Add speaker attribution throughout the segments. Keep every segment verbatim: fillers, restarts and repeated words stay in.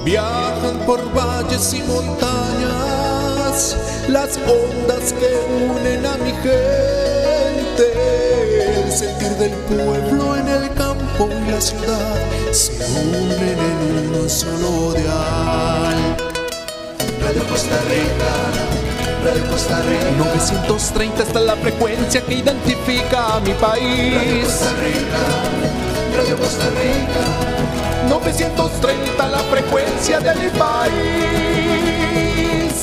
Speaker 1: Viajan por valles y montañas las ondas que unen a mi gente. El sentir del pueblo en el campo y la ciudad se unen en un solo dial. Radio Costa Rica, Radio Costa Rica. novecientos treinta está la frecuencia que identifica a mi país. Radio Costa Rica, Radio Costa Rica. novecientos treinta la frecuencia de mi país.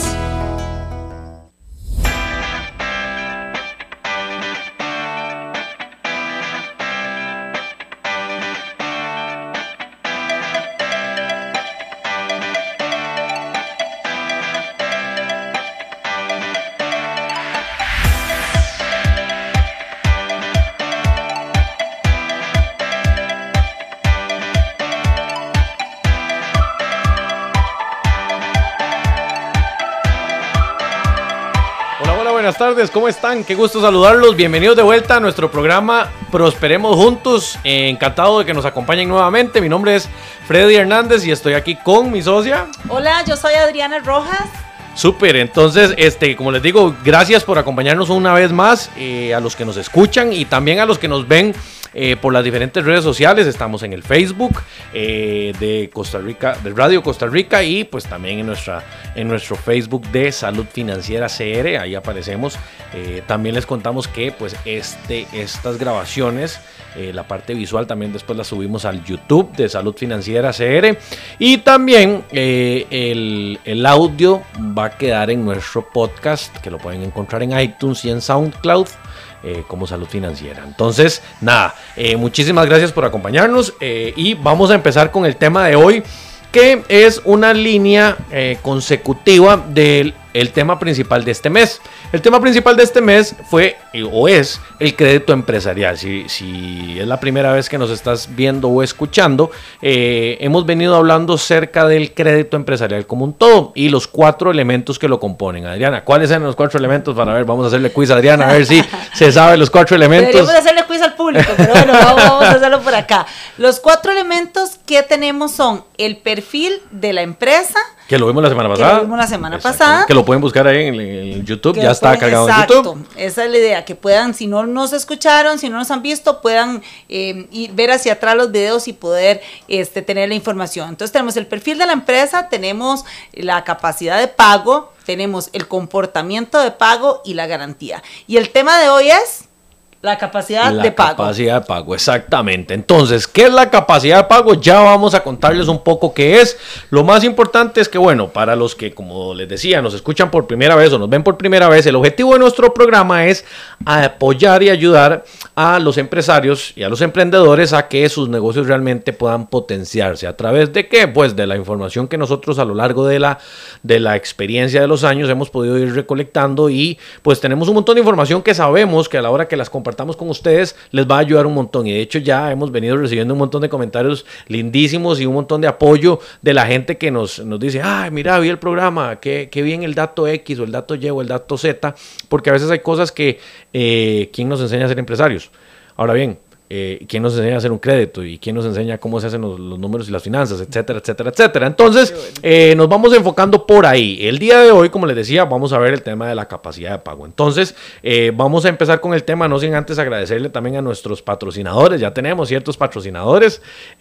Speaker 2: Buenas tardes, ¿cómo están? Qué gusto saludarlos, bienvenidos de vuelta a nuestro programa Prosperemos Juntos. Encantado de que nos acompañen nuevamente. Mi nombre es Freddy Hernández y estoy aquí con mi socia.
Speaker 3: Hola, yo soy Adriana Rojas.
Speaker 2: Súper, entonces, este, como les digo, gracias por acompañarnos una vez más, eh, a los que nos escuchan y también a los que nos ven eh, por las diferentes redes sociales. Estamos en el Facebook eh, de Costa Rica, de Radio Costa Rica, y pues también en nuestra, en nuestro Facebook de Salud Financiera C R, ahí aparecemos. Eh, también les contamos que pues este, estas grabaciones, eh, la parte visual también después la subimos al YouTube de Salud Financiera C R, y también eh, el, el audio va a quedar en nuestro podcast, que lo pueden encontrar en iTunes y en SoundCloud eh, como Salud Financiera. Entonces, nada, eh, muchísimas gracias por acompañarnos eh, y vamos a empezar con el tema de hoy, que es una línea eh, consecutiva del el tema principal de este mes. El tema principal de este mes fue o es el crédito empresarial. Si, si es la primera vez que nos estás viendo o escuchando, eh, hemos venido hablando cerca del crédito empresarial como un todo y los cuatro elementos que lo componen. Adriana, ¿cuáles eran los cuatro elementos? Para ver, vamos a hacerle quiz a Adriana, a ver si se sabe los cuatro elementos.
Speaker 3: Deberíamos hacerle quiz al público, pero bueno, vamos, vamos a hacerlo por acá. Los cuatro elementos que tenemos son el perfil de la empresa,
Speaker 2: que lo vimos la semana pasada.
Speaker 3: Que lo vimos la semana Exacto. pasada.
Speaker 2: Que lo pueden buscar ahí en, en YouTube, ya está
Speaker 3: pueden,
Speaker 2: cargado
Speaker 3: exacto,
Speaker 2: en YouTube.
Speaker 3: Esa es la idea, que puedan, si no nos escucharon, si no nos han visto, puedan eh, ir, ver hacia atrás los videos y poder este, tener la información. Entonces tenemos el perfil de la empresa, tenemos la capacidad de pago, tenemos el comportamiento de pago y la garantía. Y el tema de hoy es la capacidad
Speaker 2: la
Speaker 3: de pago.
Speaker 2: La capacidad de pago, exactamente. Entonces, ¿qué es la capacidad de pago? Ya vamos a contarles un poco qué es. Lo más importante es que, bueno, para los que, como les decía, nos escuchan por primera vez o nos ven por primera vez, el objetivo de nuestro programa es apoyar y ayudar a los empresarios y a los emprendedores a que sus negocios realmente puedan potenciarse. ¿A través de qué? Pues de la información que nosotros a lo largo de la, de la experiencia de los años hemos podido ir recolectando, y pues tenemos un montón de información que sabemos que a la hora que las compartimos estamos con ustedes les va a ayudar un montón, y de hecho ya hemos venido recibiendo un montón de comentarios lindísimos y un montón de apoyo de la gente que nos, nos dice, ay, mira, vi el programa, qué, qué bien el dato X o el dato Y o el dato Z, porque a veces hay cosas que eh, ¿quién nos enseña a ser empresarios? Ahora bien, Eh, quién nos enseña a hacer un crédito y quién nos enseña cómo se hacen los, los números y las finanzas, etcétera, etcétera, etcétera. Entonces, eh, nos vamos enfocando por ahí. El día de hoy, como les decía, vamos a ver el tema de la capacidad de pago. Entonces, eh, vamos a empezar con el tema, no sin antes agradecerle también a nuestros patrocinadores. Ya tenemos ciertos patrocinadores,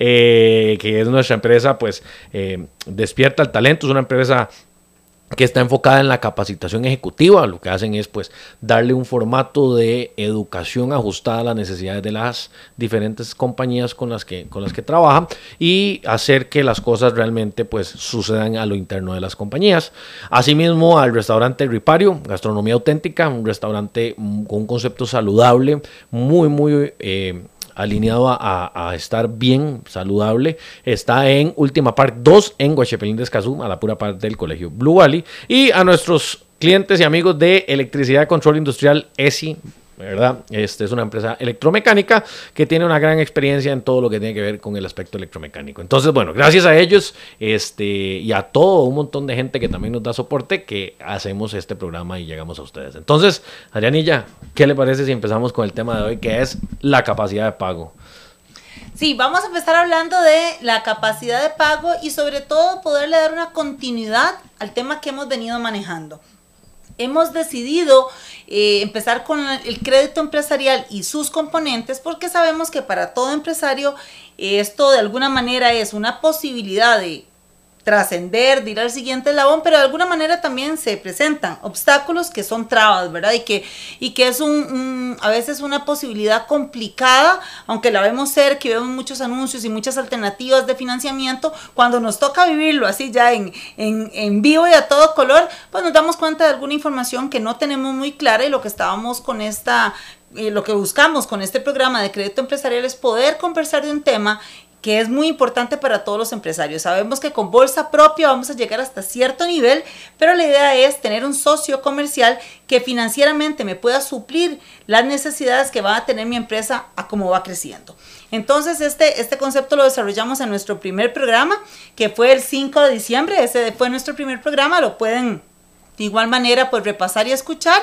Speaker 2: eh, que es nuestra empresa, pues, eh, Despierta el Talento. Es una empresa que está enfocada en la capacitación ejecutiva. Lo que hacen es pues darle un formato de educación ajustada a las necesidades de las diferentes compañías con las que, con las que trabajan, y hacer que las cosas realmente pues sucedan a lo interno de las compañías. Asimismo, al restaurante Ripario, gastronomía auténtica, un restaurante con un concepto saludable, muy muy eh, alineado a, a, a estar bien saludable. Está en Última Park dos en Guachepelín de Escazú, a la pura parte del colegio Blue Valley. Y a nuestros clientes y amigos de Electricidad de Control Industrial E S I, ¿verdad? Este es una empresa electromecánica que tiene una gran experiencia en todo lo que tiene que ver con el aspecto electromecánico. Entonces, bueno, gracias a ellos este, y a todo un montón de gente que también nos da soporte, que hacemos este programa y llegamos a ustedes. Entonces, Adrianilla, ¿qué le parece si empezamos con el tema de hoy, que es la capacidad de pago?
Speaker 3: Sí, vamos a empezar hablando de la capacidad de pago y sobre todo poderle dar una continuidad al tema que hemos venido manejando. Hemos decidido eh, empezar con el crédito empresarial y sus componentes porque sabemos que para todo empresario eh, esto de alguna manera es una posibilidad de trascender, de ir al siguiente eslabón, pero de alguna manera también se presentan obstáculos que son trabas, ¿verdad? Y que, y que es un, un, a veces una posibilidad complicada, aunque la vemos cerca y vemos muchos anuncios y muchas alternativas de financiamiento, cuando nos toca vivirlo así ya en, en, en vivo y a todo color, pues nos damos cuenta de alguna información que no tenemos muy clara y lo que estábamos con esta, eh, lo que buscamos con este programa de crédito empresarial es poder conversar de un tema que es muy importante para todos los empresarios. Sabemos que con bolsa propia vamos a llegar hasta cierto nivel, pero la idea es tener un socio comercial que financieramente me pueda suplir las necesidades que va a tener mi empresa a cómo va creciendo. Entonces, este, este concepto lo desarrollamos en nuestro primer programa, que fue el cinco de diciembre. Ese fue nuestro primer programa, lo pueden de igual manera pues repasar y escuchar.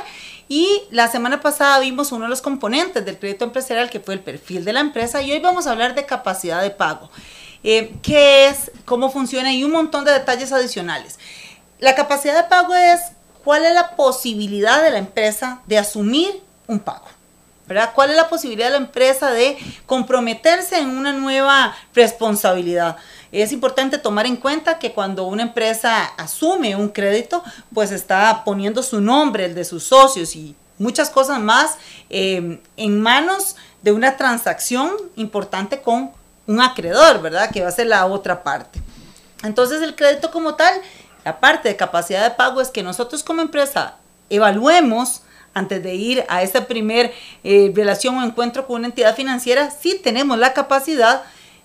Speaker 3: Y la semana pasada vimos uno de los componentes del crédito empresarial que fue el perfil de la empresa y hoy vamos a hablar de capacidad de pago. Eh, ¿Qué es? ¿Cómo funciona? Y un montón de detalles adicionales. La capacidad de pago es cuál es la posibilidad de la empresa de asumir un pago, ¿verdad? ¿Cuál es la posibilidad de la empresa de comprometerse en una nueva responsabilidad? Es importante tomar en cuenta que cuando una empresa asume un crédito, pues está poniendo su nombre, el de sus socios y muchas cosas más eh, en manos de una transacción importante con un acreedor, ¿verdad? Que va a ser la otra parte. Entonces el crédito como tal, la parte de capacidad de pago es que nosotros como empresa evaluemos antes de ir a esa primer eh, relación o encuentro con una entidad financiera, si tenemos la capacidad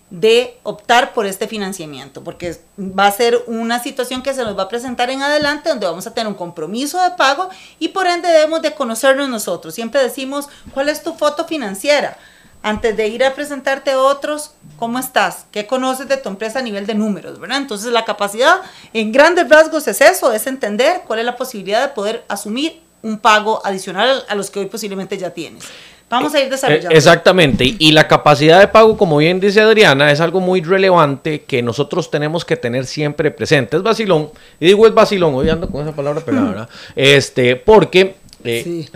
Speaker 3: de optar por este financiamiento, porque va a ser una situación que se nos va a presentar en adelante donde vamos a tener un compromiso de pago y por ende debemos de conocernos nosotros. Siempre decimos, ¿cuál es tu foto financiera? Antes de ir a presentarte a otros, ¿cómo estás? ¿Qué conoces de tu empresa a nivel de números, verdad? Entonces la capacidad en grandes rasgos es eso, es entender cuál es la posibilidad de poder asumir un pago adicional a los que hoy posiblemente ya tienes. Vamos a ir desarrollando.
Speaker 2: Exactamente, y la capacidad de pago, como bien dice Adriana, es algo muy relevante que nosotros tenemos que tener siempre presente. Es vacilón, y digo es vacilón, hoy ando con esa palabra pegada, ¿verdad? Este, porque eh, sí.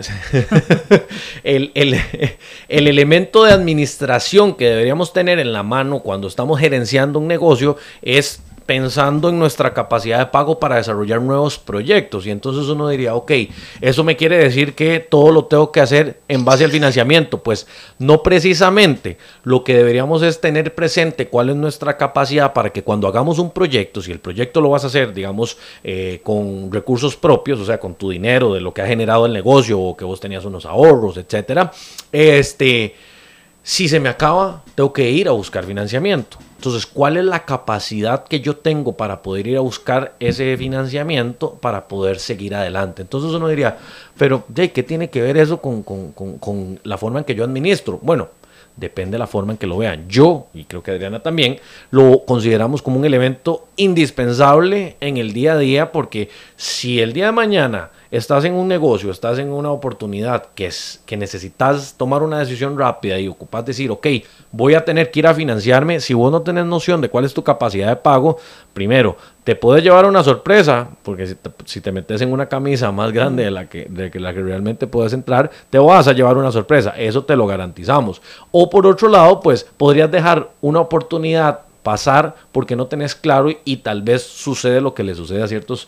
Speaker 2: el, el, el elemento de administración que deberíamos tener en la mano cuando estamos gerenciando un negocio es pensando en nuestra capacidad de pago para desarrollar nuevos proyectos. Y entonces uno diría, ok, eso me quiere decir que todo lo tengo que hacer en base al financiamiento. Pues no precisamente. Lo que deberíamos es tener presente cuál es nuestra capacidad para que cuando hagamos un proyecto, si el proyecto lo vas a hacer, digamos, eh, con recursos propios, o sea, con tu dinero, de lo que ha generado el negocio o que vos tenías unos ahorros, etcétera, este, si se me acaba, tengo que ir a buscar financiamiento. Entonces, ¿cuál es la capacidad que yo tengo para poder ir a buscar ese financiamiento para poder seguir adelante? Entonces uno diría, pero ¿qué tiene que ver eso con, con, con, con la forma en que yo administro? Bueno, depende de la forma en que lo vean. Yo, y creo que Adriana también, lo consideramos como un elemento indispensable en el día a día, porque si el día de mañana estás en un negocio, estás en una oportunidad que, es, que necesitas tomar una decisión rápida y ocupas decir, ok, voy a tener que ir a financiarme, si vos no tenés noción de cuál es tu capacidad de pago, primero, te puedes llevar una sorpresa, porque si te, si te metes en una camisa más grande de la, que, de la que realmente puedes entrar, te vas a llevar una sorpresa, eso te lo garantizamos. O por otro lado, pues podrías dejar una oportunidad pasar porque no tenés claro y, y tal vez sucede lo que le sucede a ciertos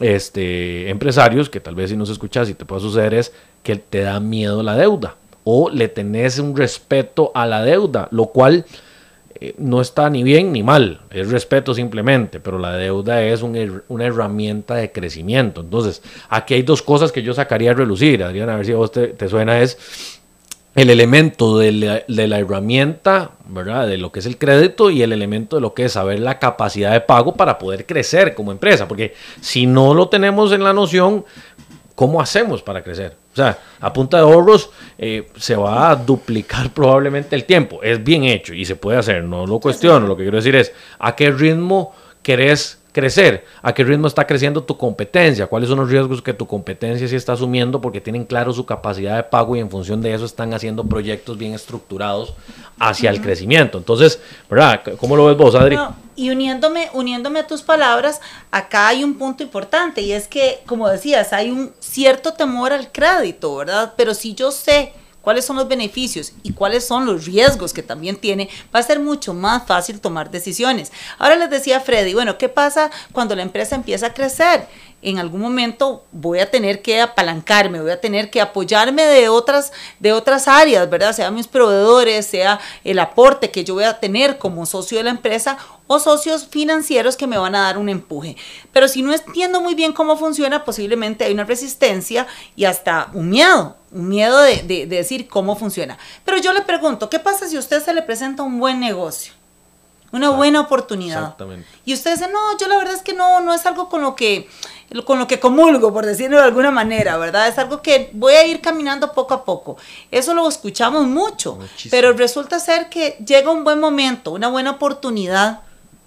Speaker 2: este, empresarios, que tal vez si nos escuchas y te puede suceder es que te da miedo la deuda o le tenés un respeto a la deuda, lo cual eh, no está ni bien ni mal, es respeto simplemente, pero la deuda es un, una herramienta de crecimiento. Entonces aquí hay dos cosas que yo sacaría a relucir, Adriana, a ver si a vos te, te suena, es el elemento de la, de la herramienta, ¿verdad?, de lo que es el crédito y el elemento de lo que es saber la capacidad de pago para poder crecer como empresa, porque si no lo tenemos en la noción, ¿cómo hacemos para crecer? O sea, a punta de ahorros eh, se va a duplicar probablemente el tiempo. Es bien hecho y se puede hacer, no lo cuestiono. Lo que quiero decir es, ¿a qué ritmo querés crecer, a qué ritmo está creciendo tu competencia, cuáles son los riesgos que tu competencia sí está asumiendo porque tienen claro su capacidad de pago y en función de eso están haciendo proyectos bien estructurados hacia uh-huh. el crecimiento. Entonces, ¿verdad? ¿Cómo lo ves vos, Adri?
Speaker 3: No, y uniéndome, uniéndome a tus palabras, acá hay un punto importante y es que, como decías, hay un cierto temor al crédito, ¿verdad? Pero si yo sé cuáles son los beneficios y cuáles son los riesgos que también tiene, va a ser mucho más fácil tomar decisiones. Ahora les decía Freddy, bueno, ¿qué pasa cuando la empresa empieza a crecer? En algún momento voy a tener que apalancarme, voy a tener que apoyarme de otras, de otras áreas, ¿verdad? Sea mis proveedores, sea el aporte que yo voy a tener como socio de la empresa o socios financieros que me van a dar un empuje. Pero si no entiendo muy bien cómo funciona, posiblemente hay una resistencia y hasta un miedo, un miedo de, de, de decir cómo funciona. Pero yo le pregunto, ¿qué pasa si a usted se le presenta un buen negocio? Una Exacto. buena oportunidad. Exactamente. Y usted dice, no, yo la verdad es que no, no es algo con lo que, con lo que comulgo, por decirlo de alguna manera, ¿verdad? Es algo que voy a ir caminando poco a poco. Eso lo escuchamos mucho, Muchísimo. Pero resulta ser que llega un buen momento, una buena oportunidad,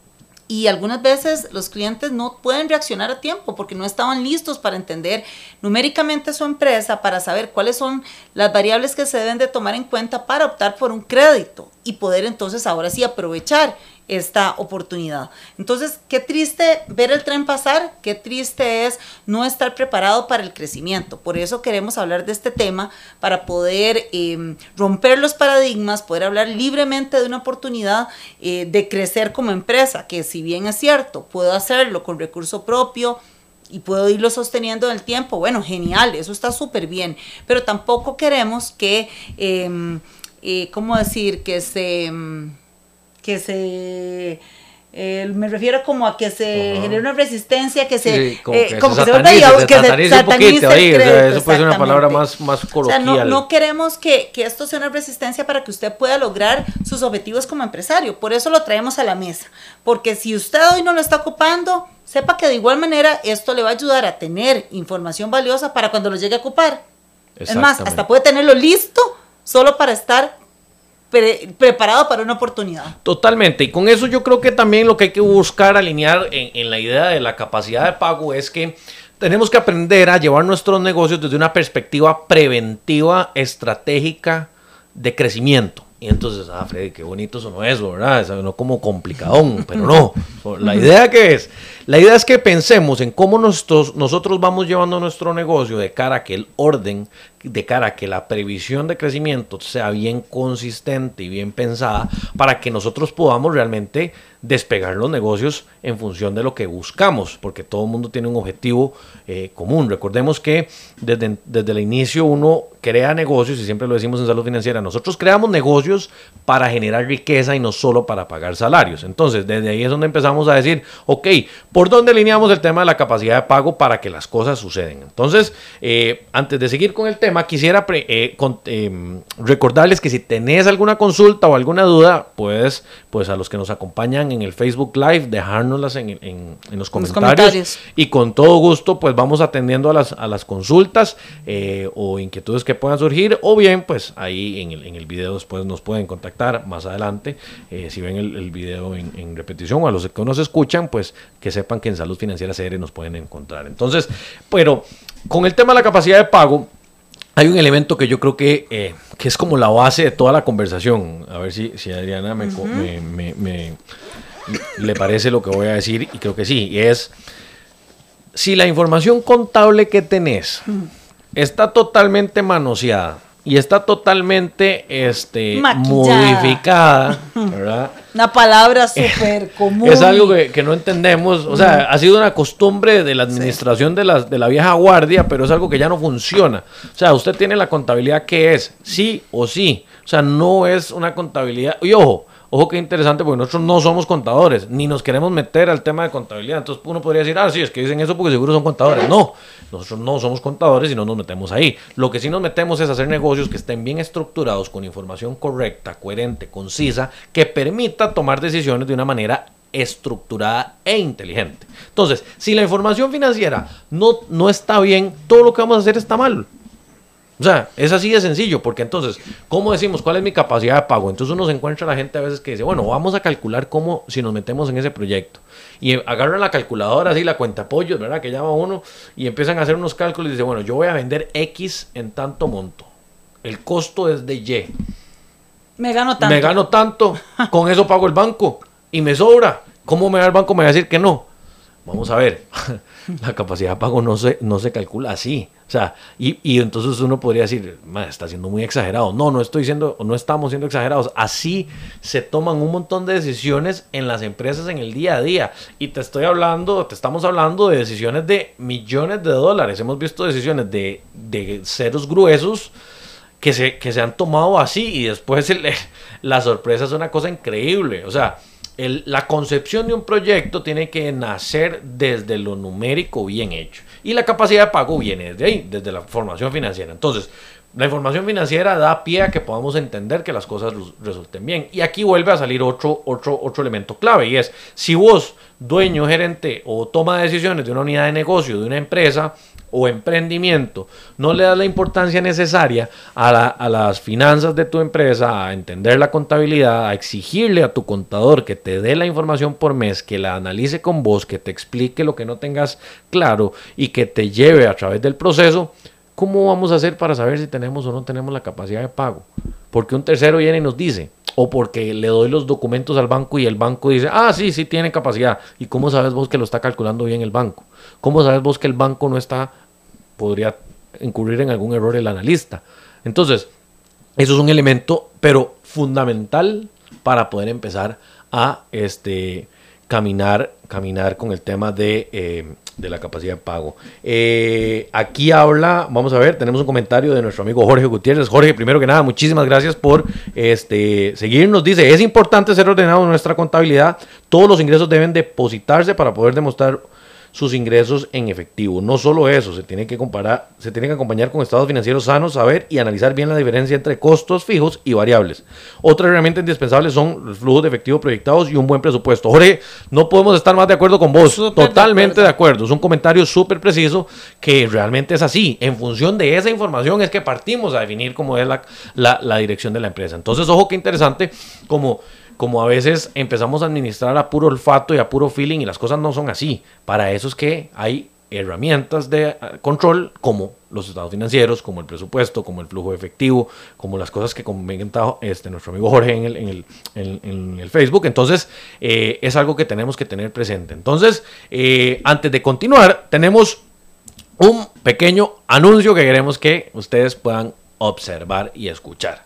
Speaker 3: y algunas veces los clientes no pueden reaccionar a tiempo porque no estaban listos para entender numéricamente su empresa, para saber cuáles son las variables que se deben de tomar en cuenta para optar por un crédito y poder entonces ahora sí aprovechar esta oportunidad. Entonces, qué triste ver el tren pasar, qué triste es no estar preparado para el crecimiento. Por eso queremos hablar de este tema, para poder eh, romper los paradigmas, poder hablar libremente de una oportunidad eh, de crecer como empresa, que si bien es cierto, puedo hacerlo con recurso propio y puedo irlo sosteniendo en el tiempo, bueno, genial, eso está súper bien, pero tampoco queremos que, eh, eh, ¿cómo decir? Que se... que se eh, me refiero como a que se uh-huh. genere una resistencia, que se
Speaker 2: sí, como que, eh, como
Speaker 3: se,
Speaker 2: se satanice,
Speaker 3: se, que se
Speaker 2: satanice,
Speaker 3: satanice
Speaker 2: un poquito ahí,
Speaker 3: crédito,
Speaker 2: o sea, eso puede ser una palabra más, más coloquial.
Speaker 3: O sea, no, no queremos que, que esto sea una resistencia para que usted pueda lograr sus objetivos como empresario, por eso lo traemos a la mesa, porque si usted hoy no lo está ocupando, sepa que de igual manera esto le va a ayudar a tener información valiosa para cuando lo llegue a ocupar. Es más, hasta puede tenerlo listo solo para estar Pre- preparado para una oportunidad.
Speaker 2: Totalmente, y con eso yo creo que también lo que hay que buscar alinear en, en la idea de la capacidad de pago es que tenemos que aprender a llevar nuestros negocios desde una perspectiva preventiva, estratégica, de crecimiento. Y entonces, ah, Freddy, qué bonito sonó eso, ¿verdad? Sonó como complicadón, pero no. La idea que es, la idea es que pensemos en cómo nosotros, nosotros vamos llevando nuestro negocio de cara a que el orden, de cara a que la previsión de crecimiento sea bien consistente y bien pensada para que nosotros podamos realmente despegar los negocios en función de lo que buscamos, porque todo el mundo tiene un objetivo eh, común. Recordemos que desde, desde el inicio uno crea negocios, y siempre lo decimos en Salud Financiera, nosotros creamos negocios para generar riqueza y no solo para pagar salarios. Entonces, desde ahí es donde empezamos a decir, ok, ¿por dónde alineamos el tema de la capacidad de pago para que las cosas suceden? Entonces, eh, antes de seguir con el tema, quisiera pre, eh, con, eh, recordarles que si tenés alguna consulta o alguna duda, puedes, pues a los que nos acompañan en el Facebook Live, dejárnoslas en, en, en los comentarios, los comentarios y con todo gusto pues vamos atendiendo a las, a las consultas eh, o inquietudes que puedan surgir, o bien pues ahí en el, en el video después nos pueden contactar más adelante, eh, si ven el, el video en, en repetición, o a los que nos escuchan pues que sepan que en Salud Financiera C R nos pueden encontrar. Entonces, pero con el tema de la capacidad de pago hay un elemento que yo creo que, eh, que es como la base de toda la conversación. A ver si, si Adriana me, uh-huh. me, me, me le parece lo que voy a decir, y creo que sí, y es si la información contable que tenés uh-huh. está totalmente manoseada y está totalmente este, modificada, ¿verdad?
Speaker 3: Una palabra súper común.
Speaker 2: Es algo que, que no entendemos, o sea, ha sido una costumbre de la administración sí. de, la, de la vieja guardia, pero es algo que ya no funciona. O sea, usted tiene la contabilidad que es, sí o sí. O sea, no es una contabilidad. Y ojo, ojo que interesante, porque nosotros no somos contadores, ni nos queremos meter al tema de contabilidad. Entonces uno podría decir, ah, sí, es que dicen eso porque seguro son contadores. No, nosotros no somos contadores y no nos metemos ahí. Lo que sí nos metemos es hacer negocios que estén bien estructurados, con información correcta, coherente, concisa, que permita tomar decisiones de una manera estructurada e inteligente. Entonces, si la información financiera no, no está bien, todo lo que vamos a hacer está mal. O sea, es así de sencillo, porque entonces, ¿cómo decimos cuál es mi capacidad de pago? Entonces uno se encuentra a la gente a veces que dice, bueno, vamos a calcular cómo si nos metemos en ese proyecto. Y agarran la calculadora, así, la cuenta pollos, ¿verdad? Que llama uno, y empiezan a hacer unos cálculos y dicen, bueno, yo voy a vender X en tanto monto. El costo es de Y.
Speaker 3: Me gano tanto.
Speaker 2: Me gano tanto, con eso pago el banco y me sobra. ¿Cómo me va el banco? Me va a decir que no. Vamos a ver, la capacidad de pago no se, no se calcula así. O sea, y, y entonces uno podría decir, está siendo muy exagerado. No, no estoy siendo, no estamos siendo exagerados. Así se toman un montón de decisiones en las empresas en el día a día. Y te estoy hablando, te estamos hablando de decisiones de millones de dólares. Hemos visto decisiones de, de ceros gruesos que se, que se han tomado así y después el, la sorpresa es una cosa increíble. O sea, el, la concepción de un proyecto tiene que nacer desde lo numérico bien hecho. Y la capacidad de pago viene desde ahí, desde la formación financiera. Entonces, la información financiera da pie a que podamos entender que las cosas resulten bien. Y aquí vuelve a salir otro, otro, otro elemento clave, y es, si vos, dueño, gerente o toma de decisiones de una unidad de negocio, de una empresa o emprendimiento, no le das la importancia necesaria a, la, a las finanzas de tu empresa, a entender la contabilidad, a exigirle a tu contador que te dé la información por mes, que la analice con vos, que te explique lo que no tengas claro y que te lleve a través del proceso, ¿cómo vamos a hacer para saber si tenemos o no tenemos la capacidad de pago? Porque un tercero viene y nos dice, o porque le doy los documentos al banco y el banco dice, ah, sí, sí tiene capacidad. ¿Y cómo sabes vos que lo está calculando bien el banco? ¿Cómo sabes vos que el banco no está, podría incurrir en algún error el analista? Entonces, eso es un elemento, pero fundamental para poder empezar a este, caminar, caminar con el tema de... Eh, de la capacidad de pago. Eh, aquí habla, vamos a ver, tenemos un comentario de nuestro amigo Jorge Gutiérrez. Jorge, primero que nada, muchísimas gracias por este, seguirnos. Dice, es importante ser ordenado en nuestra contabilidad. Todos los ingresos deben depositarse para poder demostrar sus ingresos en efectivo. No solo eso, se tiene que comparar, se tiene que acompañar con estados financieros sanos, saber y analizar bien la diferencia entre costos fijos y variables. Otra herramienta indispensable son los flujos de efectivo proyectados y un buen presupuesto. Jorge, no podemos estar más de acuerdo con vos. Super Totalmente de acuerdo. de acuerdo. Es un comentario súper preciso que realmente es así. En función de esa información es que partimos a definir cómo es la, la, la dirección de la empresa. Entonces, ojo, qué interesante, como como a veces empezamos a administrar a puro olfato y a puro feeling y las cosas no son así. Para eso es que hay herramientas de control como los estados financieros, como el presupuesto, como el flujo de efectivo, como las cosas que comenta este, nuestro amigo Jorge en el, en el, en, en el Facebook. Entonces, eh, es algo que tenemos que tener presente. Entonces, eh, antes de continuar, tenemos un pequeño anuncio que queremos que ustedes puedan observar y escuchar.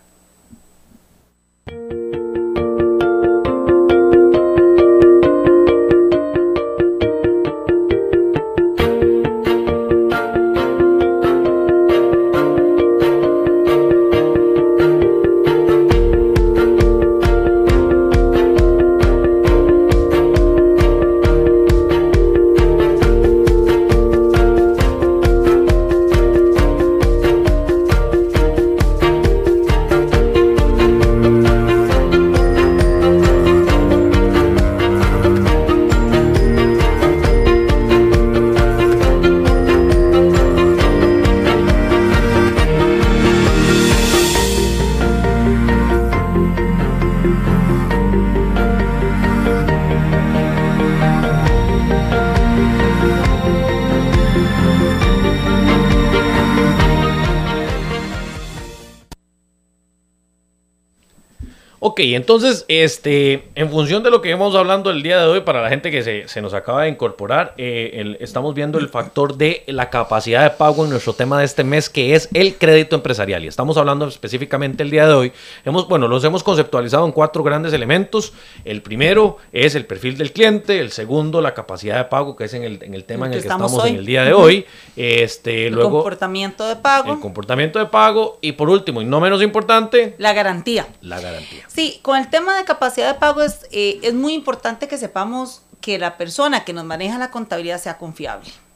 Speaker 2: Ok, entonces, este, en función de lo que hemos hablando el día de hoy, para la gente que se, se nos acaba de incorporar, eh, el, estamos viendo el factor de la capacidad de pago en nuestro tema de este mes, que es el crédito empresarial. Y estamos hablando específicamente el día de hoy. Hemos, bueno, los hemos conceptualizado en cuatro grandes elementos. El primero es el perfil del cliente. El segundo, la capacidad de pago, que es en el, en el tema el en el que estamos, estamos en el día de hoy. Este,
Speaker 3: el
Speaker 2: luego,
Speaker 3: comportamiento de pago.
Speaker 2: El comportamiento de pago. Y por último, y no menos importante,
Speaker 3: la garantía.
Speaker 2: La garantía.
Speaker 3: Sí, con el tema de capacidad de pago es, eh, es muy importante que sepamos que la persona que nos maneja la contabilidad sea confiable,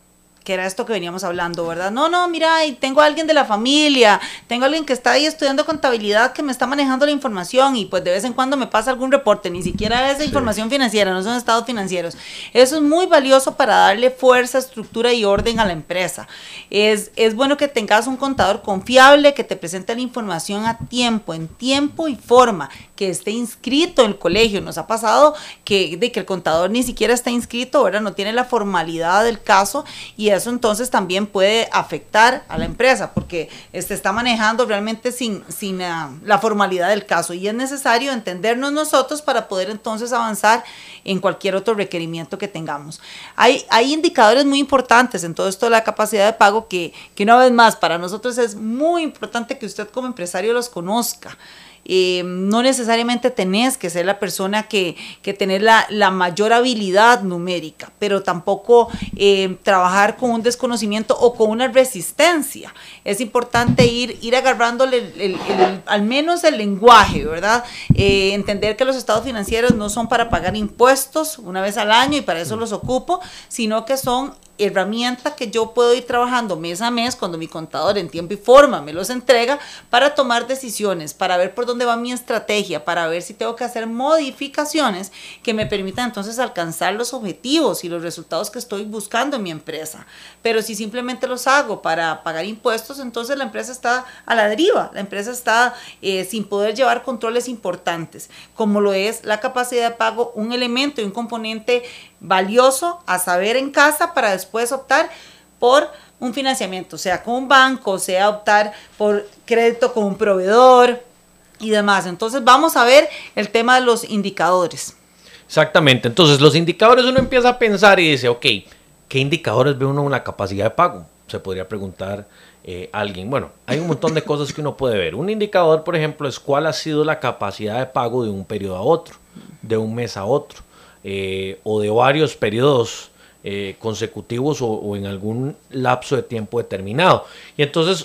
Speaker 3: que era esto que veníamos hablando, ¿verdad? No, no, mira, y tengo a alguien de la familia, tengo a alguien que está ahí estudiando contabilidad que me está manejando la información y pues de vez en cuando me pasa algún reporte, ni siquiera es de información financiera, no son estados financieros. Eso es muy valioso para darle fuerza, estructura y orden a la empresa. Es, es bueno que tengas un contador confiable, que te presente la información a tiempo, en tiempo y forma, que esté inscrito en el colegio. Nos ha pasado que, de que el contador ni siquiera está inscrito, ¿verdad? No tiene la formalidad del caso y eso entonces también puede afectar a la empresa porque se está manejando realmente sin, sin uh, la formalidad del caso y es necesario entendernos nosotros para poder entonces avanzar en cualquier otro requerimiento que tengamos. Hay, hay indicadores muy importantes en todo esto de la capacidad de pago que, que una vez más para nosotros es muy importante que usted como empresario los conozca. Eh, no necesariamente tenés que ser la persona que, que tener la, la mayor habilidad numérica, pero tampoco eh, trabajar con un desconocimiento o con una resistencia. Es importante ir, ir agarrándole el, el, el, al menos el lenguaje, ¿verdad? Eh, entender que los estados financieros no son para pagar impuestos una vez al año y para eso los ocupo, sino que son herramienta que yo puedo ir trabajando mes a mes cuando mi contador en tiempo y forma me los entrega para tomar decisiones, para ver por dónde va mi estrategia, para ver si tengo que hacer modificaciones que me permitan entonces alcanzar los objetivos y los resultados que estoy buscando en mi empresa. Pero si simplemente los hago para pagar impuestos, entonces la empresa está a la deriva, la empresa está eh, sin poder llevar controles importantes, como lo es la capacidad de pago, un elemento y un componente valioso a saber en casa para después optar por un financiamiento, sea con un banco, sea optar por crédito con un proveedor y demás. Entonces vamos a ver el tema de los indicadores.
Speaker 2: Exactamente, entonces los indicadores uno empieza a pensar y dice, ok, ¿qué indicadores ve uno en la capacidad de pago? Se podría preguntar eh, alguien. Bueno, hay un montón de cosas que uno puede ver. Un indicador, por ejemplo, es cuál ha sido la capacidad de pago de un periodo a otro, de un mes a otro. Eh, o de varios periodos eh, consecutivos o, o en algún lapso de tiempo determinado. Y entonces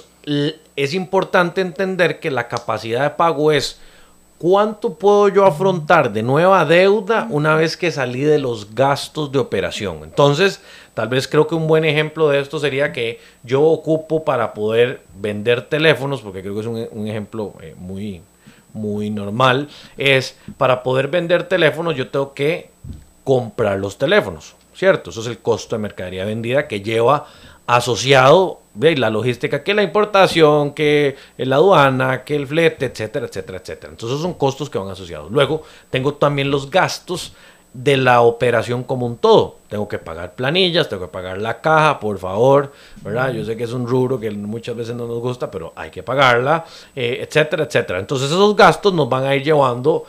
Speaker 2: es importante entender que la capacidad de pago es cuánto puedo yo afrontar de nueva deuda una vez que salí de los gastos de operación. Entonces, tal vez creo que un buen ejemplo de esto sería que yo ocupo para poder vender teléfonos, porque creo que es un, un ejemplo eh, muy... muy normal, es para poder vender teléfonos yo tengo que comprar los teléfonos, ¿cierto? Eso es el costo de mercadería vendida que lleva asociado, ¿ve? La logística, que la importación, que la aduana, que el flete, etcétera, etcétera, etcétera. Entonces son costos que van asociados. Luego tengo también los gastos de la operación como un todo. Tengo que pagar planillas, tengo que pagar la caja, por favor, ¿verdad? Yo sé que es un rubro que muchas veces no nos gusta, pero hay que pagarla, eh, etcétera, etcétera. Entonces esos gastos nos van a ir llevando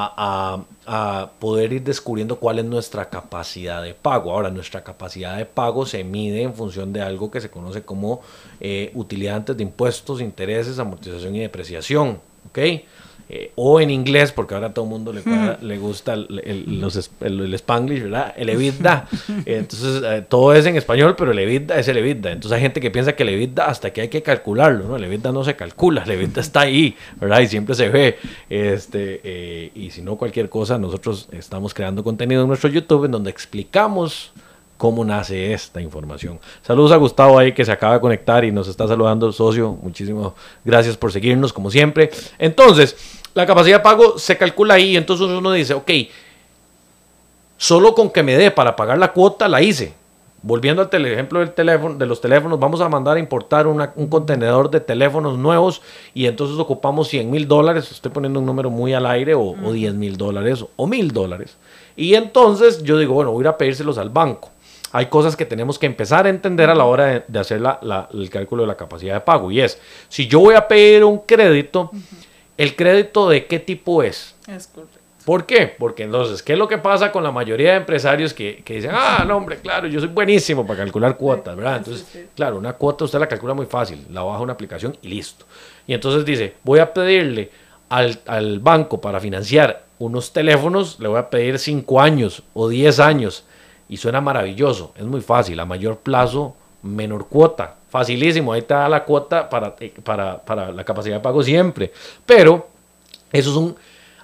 Speaker 2: a, a, a poder ir descubriendo cuál es nuestra capacidad de pago. Ahora, nuestra capacidad de pago se mide en función de algo que se conoce como eh, utilidad antes de impuestos, intereses, amortización y depreciación, ¿ok? Eh, o en inglés, porque ahora a todo el mundo le, cuadra, le gusta el, el, los, el, el Spanglish, ¿verdad? El EBITDA. Eh, entonces, eh, todo es en español, pero el EBITDA es el EBITDA. Entonces, hay gente que piensa que el EBITDA hasta que hay que calcularlo, ¿no? El EBITDA no se calcula, el EBITDA está ahí, ¿verdad? Y siempre se ve. Este, eh, y si no, cualquier cosa, nosotros estamos creando contenido en nuestro YouTube en donde explicamos cómo nace esta información. Saludos a Gustavo ahí que se acaba de conectar y nos está saludando, socio. Muchísimas gracias por seguirnos, como siempre. Entonces, la capacidad de pago se calcula ahí. Entonces uno dice, ok, solo con que me dé para pagar la cuota, la hice. Volviendo al tele, ejemplo del teléfono, de los teléfonos, vamos a mandar a importar una, un contenedor de teléfonos nuevos y entonces ocupamos cien mil dólares. Estoy poniendo un número muy al aire, o, uh-huh. o diez mil dólares o mil dólares. Y entonces yo digo, bueno, voy a ir a pedírselos al banco. Hay cosas que tenemos que empezar a entender a la hora de, de hacer la, la, el cálculo de la capacidad de pago. Y es, si yo voy a pedir un crédito, uh-huh. ¿el crédito de qué tipo es?
Speaker 3: Es correcto.
Speaker 2: ¿Por qué? Porque entonces, ¿qué es lo que pasa con la mayoría de empresarios que, que dicen, ah, no, hombre, claro, yo soy buenísimo para calcular cuotas, ¿verdad? Entonces, sí, sí. claro, una cuota usted la calcula muy fácil, la baja una aplicación y listo. Y entonces dice, voy a pedirle al, al banco para financiar unos teléfonos, le voy a pedir cinco años o diez años. Y suena maravilloso, es muy fácil, a mayor plazo, menor cuota, facilísimo, ahí te da la cuota para, para, para la capacidad de pago siempre. Pero eso es un,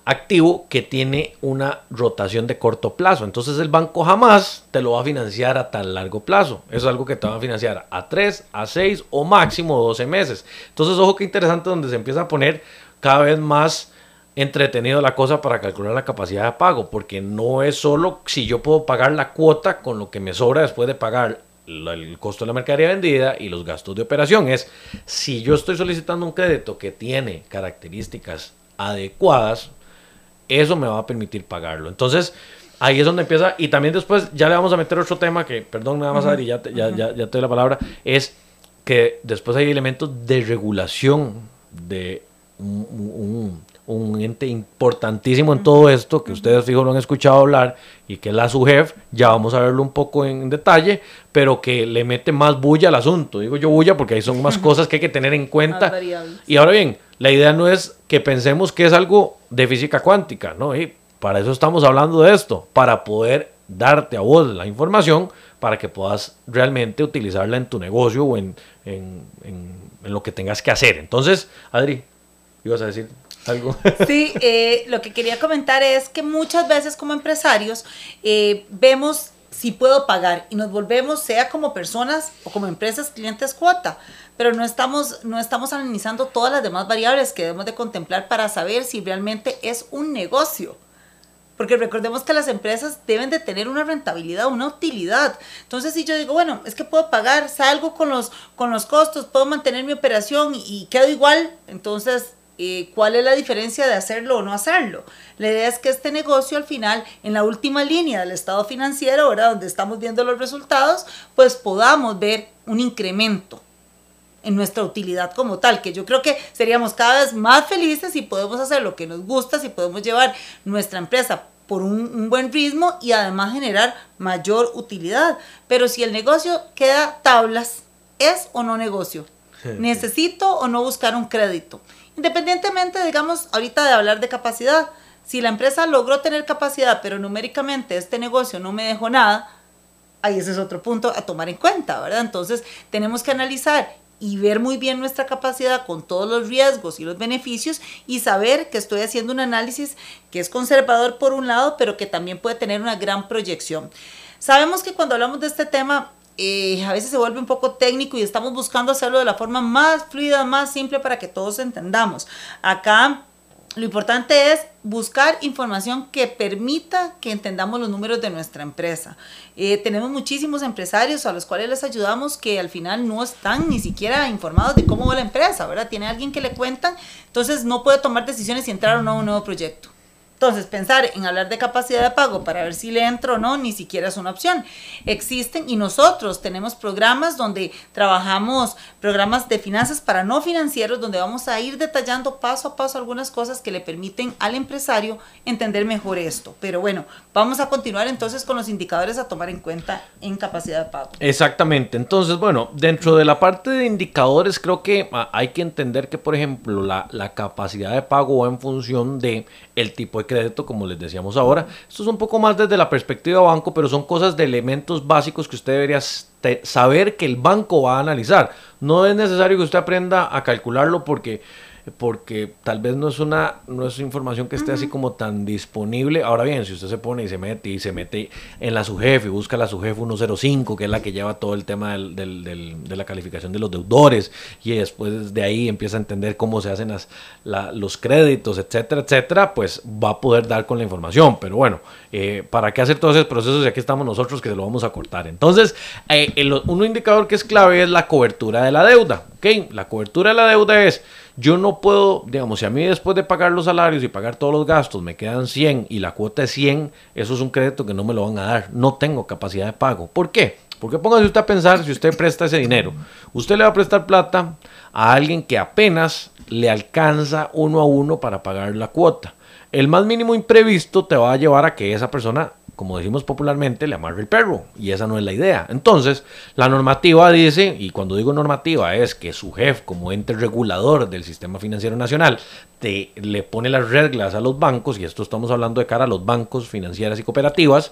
Speaker 2: activo que tiene una rotación de corto plazo. Entonces el banco jamás te lo va a financiar a tan largo plazo. Eso es algo que te va a financiar a tres, a seis o máximo doce meses. Entonces, ojo qué interesante, donde se empieza a poner cada vez más entretenido la cosa para calcular la capacidad de pago, porque no es solo si yo puedo pagar la cuota con lo que me sobra después de pagar el costo de la mercadería vendida y los gastos de operación. Es si yo estoy solicitando un crédito que tiene características adecuadas, eso me va a permitir pagarlo. Entonces, ahí es donde empieza. Y también después ya le vamos a meter otro tema que, perdón, nada más, uh-huh. Adri, ya te, ya, ya, ya te doy la palabra, es que después hay elementos de regulación de un, un, un ente importantísimo en todo esto, que ustedes fijo lo han escuchado hablar, y que es la SUGEF. Ya vamos a verlo un poco en detalle, pero que le mete más bulla al asunto. Digo yo bulla porque ahí son más cosas que hay que tener en cuenta. Y ahora bien, la idea no es que pensemos que es algo de física cuántica, ¿no? Y para eso estamos hablando de esto, para poder darte a vos la información para que puedas realmente utilizarla en tu negocio o en, en, en, en lo que tengas que hacer. Entonces, Adri, ¿ibas a decir algo?
Speaker 3: Sí, eh, lo que quería comentar es que muchas veces como empresarios eh, vemos si puedo pagar y nos volvemos, sea como personas o como empresas, clientes cuota, pero no estamos, no estamos analizando todas las demás variables que debemos de contemplar para saber si realmente es un negocio. Porque recordemos que las empresas deben de tener una rentabilidad, una utilidad. Entonces, si yo digo, bueno, es que puedo pagar, salgo con los, con los costos, puedo mantener mi operación y, y quedo igual, entonces, eh, ¿cuál es la diferencia de hacerlo o no hacerlo? La idea es que este negocio al final, en la última línea del estado financiero, ¿verdad?, donde estamos viendo los resultados, pues podamos ver un incremento en nuestra utilidad como tal, que yo creo que seríamos cada vez más felices si podemos hacer lo que nos gusta, si podemos llevar nuestra empresa por un, un buen ritmo y además generar mayor utilidad. Pero si el negocio queda tablas, ¿es o no negocio? ¿Necesito o no buscar un crédito? Independientemente, digamos, ahorita de hablar de capacidad, si la empresa logró tener capacidad, pero numéricamente este negocio no me dejó nada, ahí ese es otro punto a tomar en cuenta, ¿verdad? Entonces, tenemos que analizar y ver muy bien nuestra capacidad con todos los riesgos y los beneficios y saber que estoy haciendo un análisis que es conservador por un lado, pero que también puede tener una gran proyección. Sabemos que cuando hablamos de este tema, eh, a veces se vuelve un poco técnico y estamos buscando hacerlo de la forma más fluida, más simple para que todos entendamos. Acá lo importante es buscar información que permita que entendamos los números de nuestra empresa. Eh, tenemos muchísimos empresarios a los cuales les ayudamos que al final no están ni siquiera informados de cómo va la empresa, ¿verdad? Tiene alguien que le cuentan, entonces no puede tomar decisiones si entrar o no a un nuevo proyecto. Entonces, pensar en hablar de capacidad de pago para ver si le entro o no, ni siquiera es una opción. Existen y nosotros tenemos programas donde trabajamos, programas de finanzas para no financieros, donde vamos a ir detallando paso a paso algunas cosas que le permiten al empresario entender mejor esto. Pero bueno, vamos a continuar entonces con los indicadores a tomar en cuenta en capacidad de pago.
Speaker 2: Exactamente. Entonces, bueno, dentro de la parte de indicadores, creo que hay que entender que, por ejemplo, la, la capacidad de pago va en función de el tipo de crédito, como les decíamos ahora. Esto es un poco más desde la perspectiva banco, pero son cosas de elementos básicos que usted debería saber que el banco va a analizar. No es necesario que usted aprenda a calcularlo porque, porque tal vez no es una no es información que esté así como tan disponible. Ahora bien, si usted se pone y se mete y se mete en la SUGEF y busca la SUGEF ciento cinco, que es la que lleva todo el tema del, del, del, de la calificación de los deudores, y después de ahí empieza a entender cómo se hacen las, la, los créditos, etcétera, etcétera, pues va a poder dar con la información. Pero bueno, eh, ¿para qué hacer todos esos procesos? Y aquí estamos nosotros que se lo vamos a cortar. Entonces, eh, el, un indicador que es clave es la cobertura de la deuda. ¿Okay? La cobertura de la deuda es: yo no puedo, digamos, si a mí después de pagar los salarios y pagar todos los gastos me quedan cien y la cuota es cien, eso es un crédito que no me lo van a dar. No tengo capacidad de pago. ¿Por qué? Porque póngase usted a pensar, si usted presta ese dinero, usted le va a prestar plata a alguien que apenas le alcanza uno a uno para pagar la cuota. El más mínimo imprevisto te va a llevar a que esa persona, como decimos popularmente, le amarre el perro, y esa no es la idea. Entonces, la normativa dice, y cuando digo normativa es que SUGEF, como ente regulador del Sistema Financiero Nacional, te, le pone las reglas a los bancos, y esto estamos hablando de cara a los bancos, financieras y cooperativas.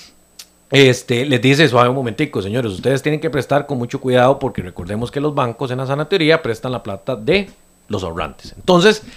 Speaker 2: Este, les dice, suave un momentico, señores, ustedes tienen que prestar con mucho cuidado, porque recordemos que los bancos en la sana teoría prestan la plata de los ahorrantes. Entonces,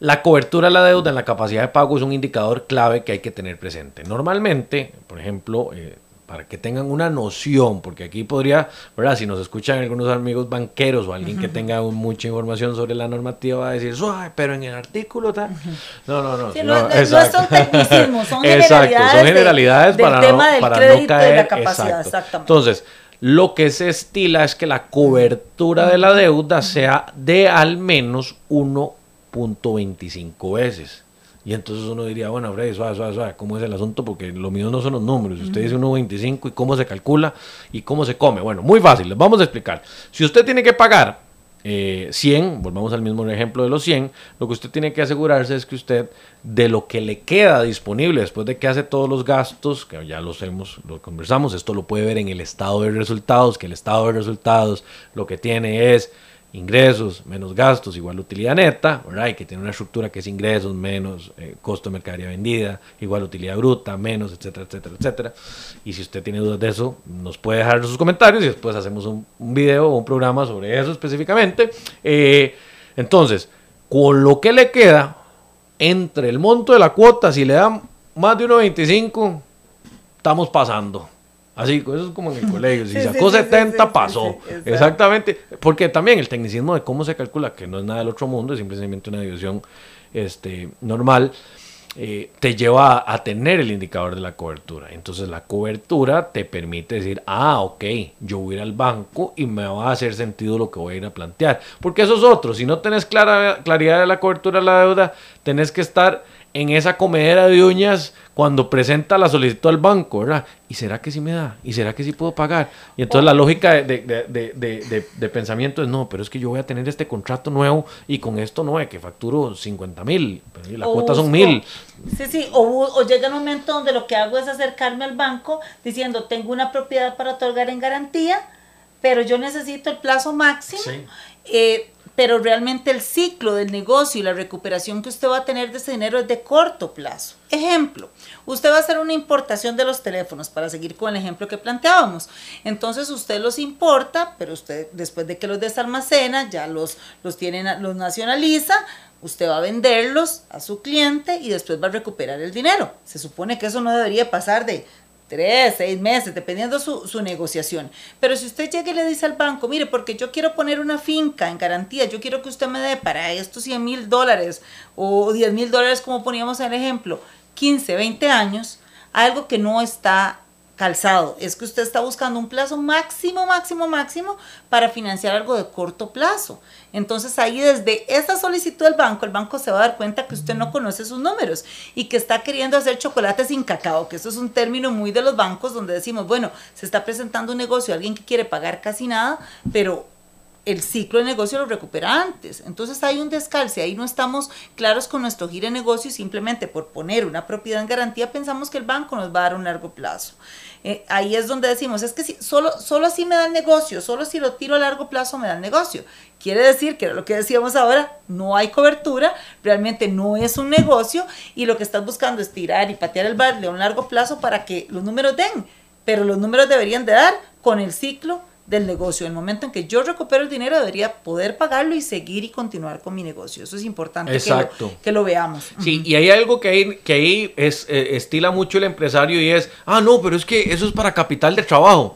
Speaker 2: La cobertura de la deuda en la capacidad de pago es un indicador clave que hay que tener presente. Normalmente, por ejemplo, eh, para que tengan una noción, porque aquí podría, ¿verdad? Si nos escuchan algunos amigos banqueros o alguien uh-huh. que tenga un, mucha información sobre la normativa, va a decir, suave, pero en el artículo tal. Uh-huh. No, no, no.
Speaker 3: Sí, no, no, no son tecnicismos, son generalidades,
Speaker 2: exacto, son generalidades
Speaker 3: de,
Speaker 2: para,
Speaker 3: del tema
Speaker 2: no,
Speaker 3: del
Speaker 2: para
Speaker 3: crédito
Speaker 2: no caer.
Speaker 3: Y la capacidad,
Speaker 2: exacto.
Speaker 3: exactamente.
Speaker 2: Entonces, lo que se estila es que la cobertura de la deuda sea de al menos uno punto veinticinco veces. Y entonces uno diría, bueno, Freddy, suave, suave, suave, ¿cómo es el asunto? Porque lo mío no son los números. Si usted dice uno punto veinticinco y cómo se calcula y cómo se come. Bueno, muy fácil, les vamos a explicar. Si usted tiene que pagar eh, cien, volvamos al mismo ejemplo de los cien, lo que usted tiene que asegurarse es que usted, de lo que le queda disponible después de que hace todos los gastos, que ya los hemos, lo conversamos, esto lo puede ver en el estado de resultados, que el estado de resultados lo que tiene es ingresos menos gastos igual utilidad neta, ¿verdad? Y que tiene una estructura que es ingresos menos eh, costo de mercadería vendida, igual utilidad bruta, menos, etcétera, etcétera, etcétera. Y si usted tiene dudas de eso, nos puede dejar sus comentarios y después hacemos un, un video o un programa sobre eso específicamente. Eh, entonces, con lo que le queda entre el monto de la cuota, si le dan más de uno punto veinticinco, estamos pasando. Así, eso es como en el colegio, si sí, sacó sí, setenta, sí, sí, pasó. Sí, sí, exactamente, porque también el tecnicismo de cómo se calcula, que no es nada del otro mundo, es simplemente una división este, normal, eh, te lleva a, a tener el indicador de la cobertura. Entonces la cobertura te permite decir, ah, ok, yo voy a ir al banco y me va a hacer sentido lo que voy a ir a plantear. Porque eso es otro, si no tenés clara, claridad de la cobertura de la deuda, tenés que estar en esa comedera de uñas cuando presenta la solicitud al banco, ¿verdad? ¿Y será que sí me da? ¿Y será que sí puedo pagar? Y entonces oh. la lógica de, de, de, de, de, de pensamiento es, no, pero es que yo voy a tener este contrato nuevo y con esto no es que facturo cincuenta mil, pero la
Speaker 3: o
Speaker 2: cuota
Speaker 3: busco,
Speaker 2: son mil.
Speaker 3: Sí, sí, o, o llega el momento donde lo que hago es acercarme al banco diciendo, tengo una propiedad para otorgar en garantía, pero yo necesito el plazo máximo. Sí. Eh, pero realmente el ciclo del negocio y la recuperación que usted va a tener de ese dinero es de corto plazo. Ejemplo, usted va a hacer una importación de los teléfonos, para seguir con el ejemplo que planteábamos. Entonces usted los importa, pero usted después de que los desalmacena, ya los, los, tiene, los nacionaliza, usted va a venderlos a su cliente y después va a recuperar el dinero. Se supone que eso no debería pasar de tres, seis meses, dependiendo su, su negociación. Pero si usted llega y le dice al banco, mire, porque yo quiero poner una finca en garantía, yo quiero que usted me dé para estos cien mil dólares o diez mil dólares, como poníamos en el ejemplo, quince, veinte años, algo que no está calzado, es que usted está buscando un plazo máximo, máximo, máximo para financiar algo de corto plazo. Entonces ahí desde esa solicitud del banco, el banco se va a dar cuenta que usted no conoce sus números y que está queriendo hacer chocolate sin cacao, que eso es un término muy de los bancos donde decimos, bueno, se está presentando un negocio, alguien que quiere pagar casi nada, pero el ciclo de negocio lo recupera antes. Entonces hay un descalce, ahí no estamos claros con nuestro giro de negocio y simplemente por poner una propiedad en garantía pensamos que el banco nos va a dar un largo plazo. Eh, ahí es donde decimos, es que si, solo, solo así me da el negocio, solo si lo tiro a largo plazo me da el negocio. Quiere decir que era lo que decíamos ahora, no hay cobertura, realmente no es un negocio y lo que estás buscando es tirar y patear el balde a un largo plazo para que los números den, pero los números deberían de dar con el ciclo del negocio. En el momento en que yo recupero el dinero debería poder pagarlo y seguir y continuar con mi negocio. Eso es importante que lo, que lo veamos.
Speaker 2: Sí, uh-huh. Y hay algo que ahí, que ahí es, eh, estila mucho el empresario y es, ah, no, pero es que eso es para capital de trabajo.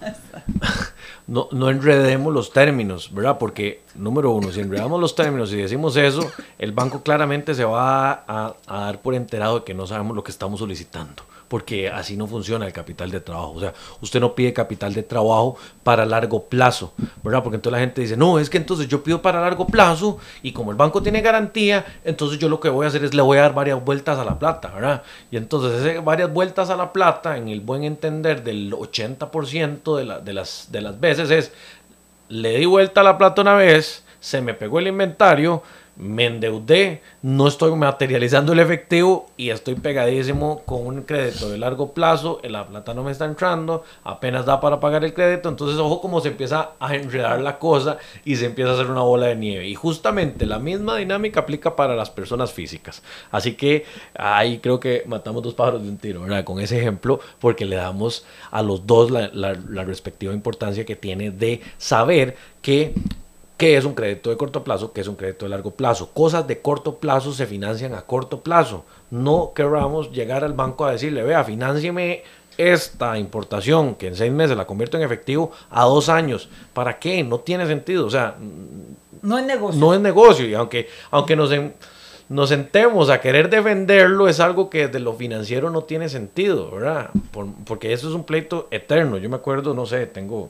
Speaker 2: No, no enredemos los términos, ¿verdad? Porque, número uno, si enredamos los términos y decimos eso, el banco claramente se va a, a, a dar por enterado de que no sabemos lo que estamos solicitando. Porque así no funciona el capital de trabajo. O sea, usted no pide capital de trabajo para largo plazo, ¿verdad? Porque entonces la gente dice, no, es que entonces yo pido para largo plazo y como el banco tiene garantía, entonces yo lo que voy a hacer es le voy a dar varias vueltas a la plata, ¿verdad? Y entonces ese varias vueltas a la plata, en el buen entender del ochenta por ciento de, la, de, las, de las veces es, le di vuelta a la plata una vez, se me pegó el inventario, me endeudé, no estoy materializando el efectivo y estoy pegadísimo con un crédito de largo plazo, la plata no me está entrando, apenas da para pagar el crédito, entonces ojo cómo se empieza a enredar la cosa y se empieza a hacer una bola de nieve. Y justamente la misma dinámica aplica para las personas físicas. Así que ahí creo que matamos dos pájaros de un tiro, ¿verdad? Con ese ejemplo, porque le damos a los dos la, la, la respectiva importancia que tiene de saber que ¿Qué es un crédito de corto plazo? ¿Qué es un crédito de largo plazo? Cosas de corto plazo se financian a corto plazo. No queramos llegar al banco a decirle, vea, financieme esta importación que en seis meses la convierto en efectivo a dos años. ¿Para qué? No tiene sentido. O sea,
Speaker 3: no es negocio.
Speaker 2: No es negocio. Y aunque, aunque nos, en, nos sentemos a querer defenderlo, es algo que desde lo financiero no tiene sentido, ¿verdad? Por, porque eso es un pleito eterno. Yo me acuerdo, no sé, tengo...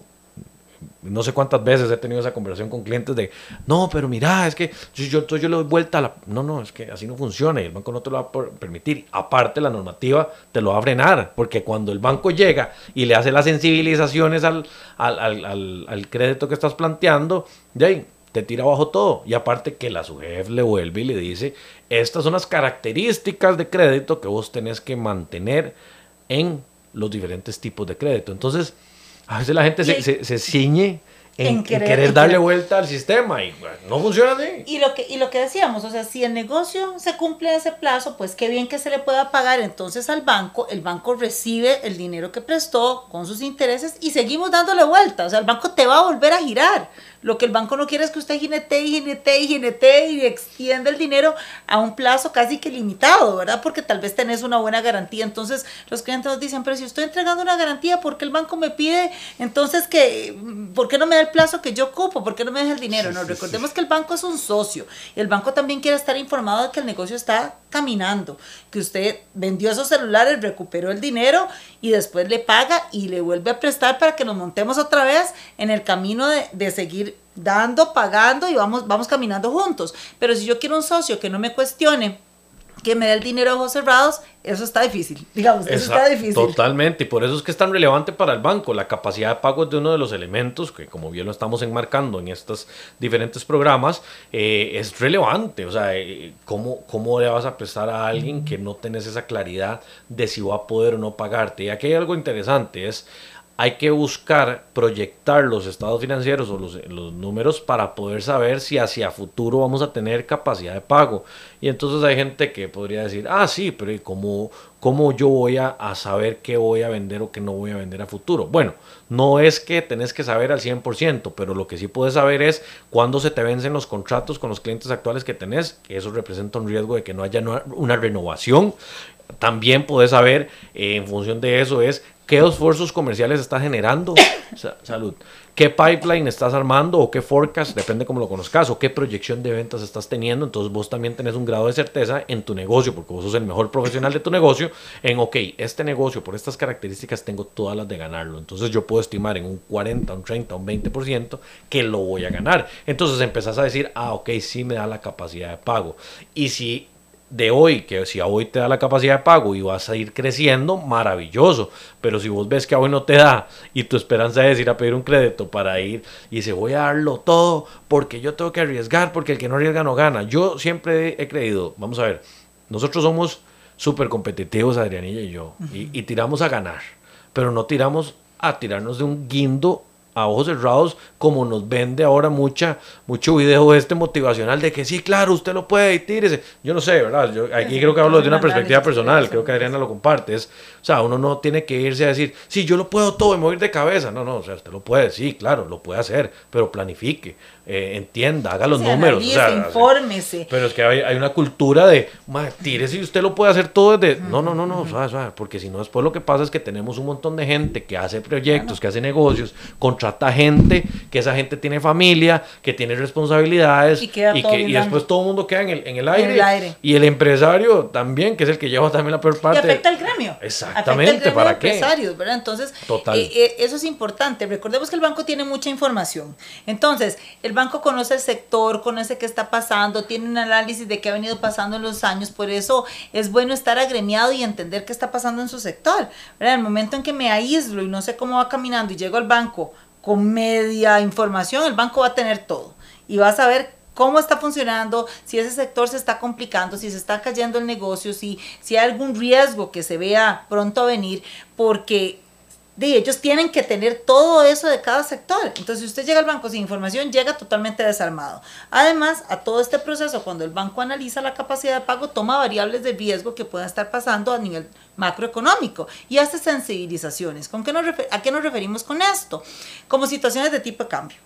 Speaker 2: no sé cuántas veces he tenido esa conversación con clientes de, no, pero mira, es que yo, yo, yo le doy vuelta a la... No, no, es que así no funciona y el banco no te lo va a permitir. Aparte, la normativa te lo va a frenar, porque cuando el banco llega y le hace las sensibilizaciones al, al, al, al, al crédito que estás planteando, de ahí te tira abajo todo. Y aparte que la S U G E F le vuelve y le dice, estas son las características de crédito que vos tenés que mantener en los diferentes tipos de crédito. Entonces... a veces la gente se, se, se ciñe en, en, querer, en querer darle vuelta al sistema y bueno, no funciona así.
Speaker 3: Y lo, que, y lo que decíamos, o sea, si el negocio se cumple ese plazo, pues qué bien que se le pueda pagar entonces al banco, el banco recibe el dinero que prestó con sus intereses y seguimos dándole vuelta, o sea, el banco te va a volver a girar. Lo que el banco no quiere es que usted jinete y jinete y jinete y extienda el dinero a un plazo casi que limitado, ¿verdad? Porque tal vez tenés una buena garantía. Entonces los clientes nos dicen, pero si estoy entregando una garantía, ¿por qué el banco me pide entonces que, por qué no me da el plazo que yo ocupo? ¿Por qué no me deja el dinero? Sí, no, sí, recordemos sí. que el banco es un socio y el banco también quiere estar informado de que el negocio está caminando, que usted vendió esos celulares, recuperó el dinero y después le paga y le vuelve a prestar para que nos montemos otra vez en el camino de, de seguir dando, pagando y vamos, vamos caminando juntos. Pero si yo quiero un socio que no me cuestione, que me dé el dinero a ojos cerrados, eso está difícil, digamos, eso
Speaker 2: Exacto,
Speaker 3: está difícil.
Speaker 2: Totalmente, y por eso es que es tan relevante para el banco. La capacidad de pago es de uno de los elementos que, como bien lo estamos enmarcando en estos diferentes programas, eh, es relevante. O sea, eh, ¿cómo, ¿cómo le vas a prestar a alguien que no tenés esa claridad de si va a poder o no pagarte? Y aquí hay algo interesante, es... hay que buscar proyectar los estados financieros o los, los números para poder saber si hacia futuro vamos a tener capacidad de pago. Y entonces hay gente que podría decir, ah, sí, pero ¿y cómo, cómo yo voy a, a saber qué voy a vender o qué no voy a vender a futuro? Bueno, no es que tenés que saber al cien por ciento, pero lo que sí puedes saber es cuándo se te vencen los contratos con los clientes actuales que tenés, que eso representa un riesgo de que no haya una, una renovación. También puedes saber, eh, en función de eso, es qué esfuerzos comerciales estás generando, salud, qué pipeline estás armando o qué forecast, depende cómo lo conozcas, o qué proyección de ventas estás teniendo. Entonces vos también tenés un grado de certeza en tu negocio, porque vos sos el mejor profesional de tu negocio, en, ok, este negocio por estas características tengo todas las de ganarlo. Entonces yo puedo estimar en un cuarenta, un treinta, un veinte por ciento que lo voy a ganar. Entonces empezás a decir, ah, ok, sí me da la capacidad de pago. Y si... de hoy, que si a hoy te da la capacidad de pago y vas a ir creciendo, maravilloso, pero si vos ves que a hoy no te da y tu esperanza es ir a pedir un crédito para ir y se voy a darlo todo porque yo tengo que arriesgar, porque el que no arriesga no gana. Yo siempre he creído, vamos a ver, nosotros somos súper competitivos, Adrianilla y yo, uh-huh. y, y tiramos a ganar, pero no tiramos a tirarnos de un guindo a ojos cerrados, como nos vende ahora mucha, mucho video este motivacional de que sí, claro, usted lo puede y tírese. Yo no sé, ¿verdad? Yo aquí creo que hablo de una perspectiva personal, creo que Adriana lo comparte. Es, o sea, uno no tiene que irse a decir, sí, yo lo puedo todo y me voy a ir de cabeza. No, no, o sea, usted lo puede, sí, claro, lo puede hacer, pero planifique, eh, entienda, haga los
Speaker 3: sí,
Speaker 2: números.
Speaker 3: Analice,
Speaker 2: o sea,
Speaker 3: infórmese.
Speaker 2: Pero es que hay, hay una cultura de, tírese y usted lo puede hacer todo desde... No, no, no, no, uh-huh. suave, suave, porque si no, después lo que pasa es que tenemos un montón de gente que hace proyectos, bueno. que hace negocios, contra trata gente, que esa gente tiene familia, que tiene responsabilidades y, y, que, y después todo el mundo queda en el, en el, aire, en el aire y el empresario también, que es el que lleva también la peor parte.
Speaker 3: Y afecta al gremio.
Speaker 2: Exactamente,
Speaker 3: afecta al gremio
Speaker 2: ¿para
Speaker 3: de empresarios, qué? ¿Verdad? Entonces, eh, eh, eso es importante. Recordemos que el banco tiene mucha información. Entonces, el banco conoce el sector, conoce qué está pasando, tiene un análisis de qué ha venido pasando en los años, por eso es bueno estar agremiado y entender qué está pasando en su sector. ¿Verdad? El momento en que me aíslo y no sé cómo va caminando y llego al banco con media información, el banco va a tener todo y va a saber cómo está funcionando, si ese sector se está complicando, si se está cayendo el negocio, si, si hay algún riesgo que se vea pronto a venir, porque de ellos tienen que tener todo eso de cada sector. Entonces, si usted llega al banco sin información, llega totalmente desarmado. Además, a todo este proceso, cuando el banco analiza la capacidad de pago, toma variables de riesgo que puedan estar pasando a nivel macroeconómico y hace sensibilizaciones. ¿Con qué nos refer- ¿A qué nos referimos con esto? Como situaciones de tipo de cambio.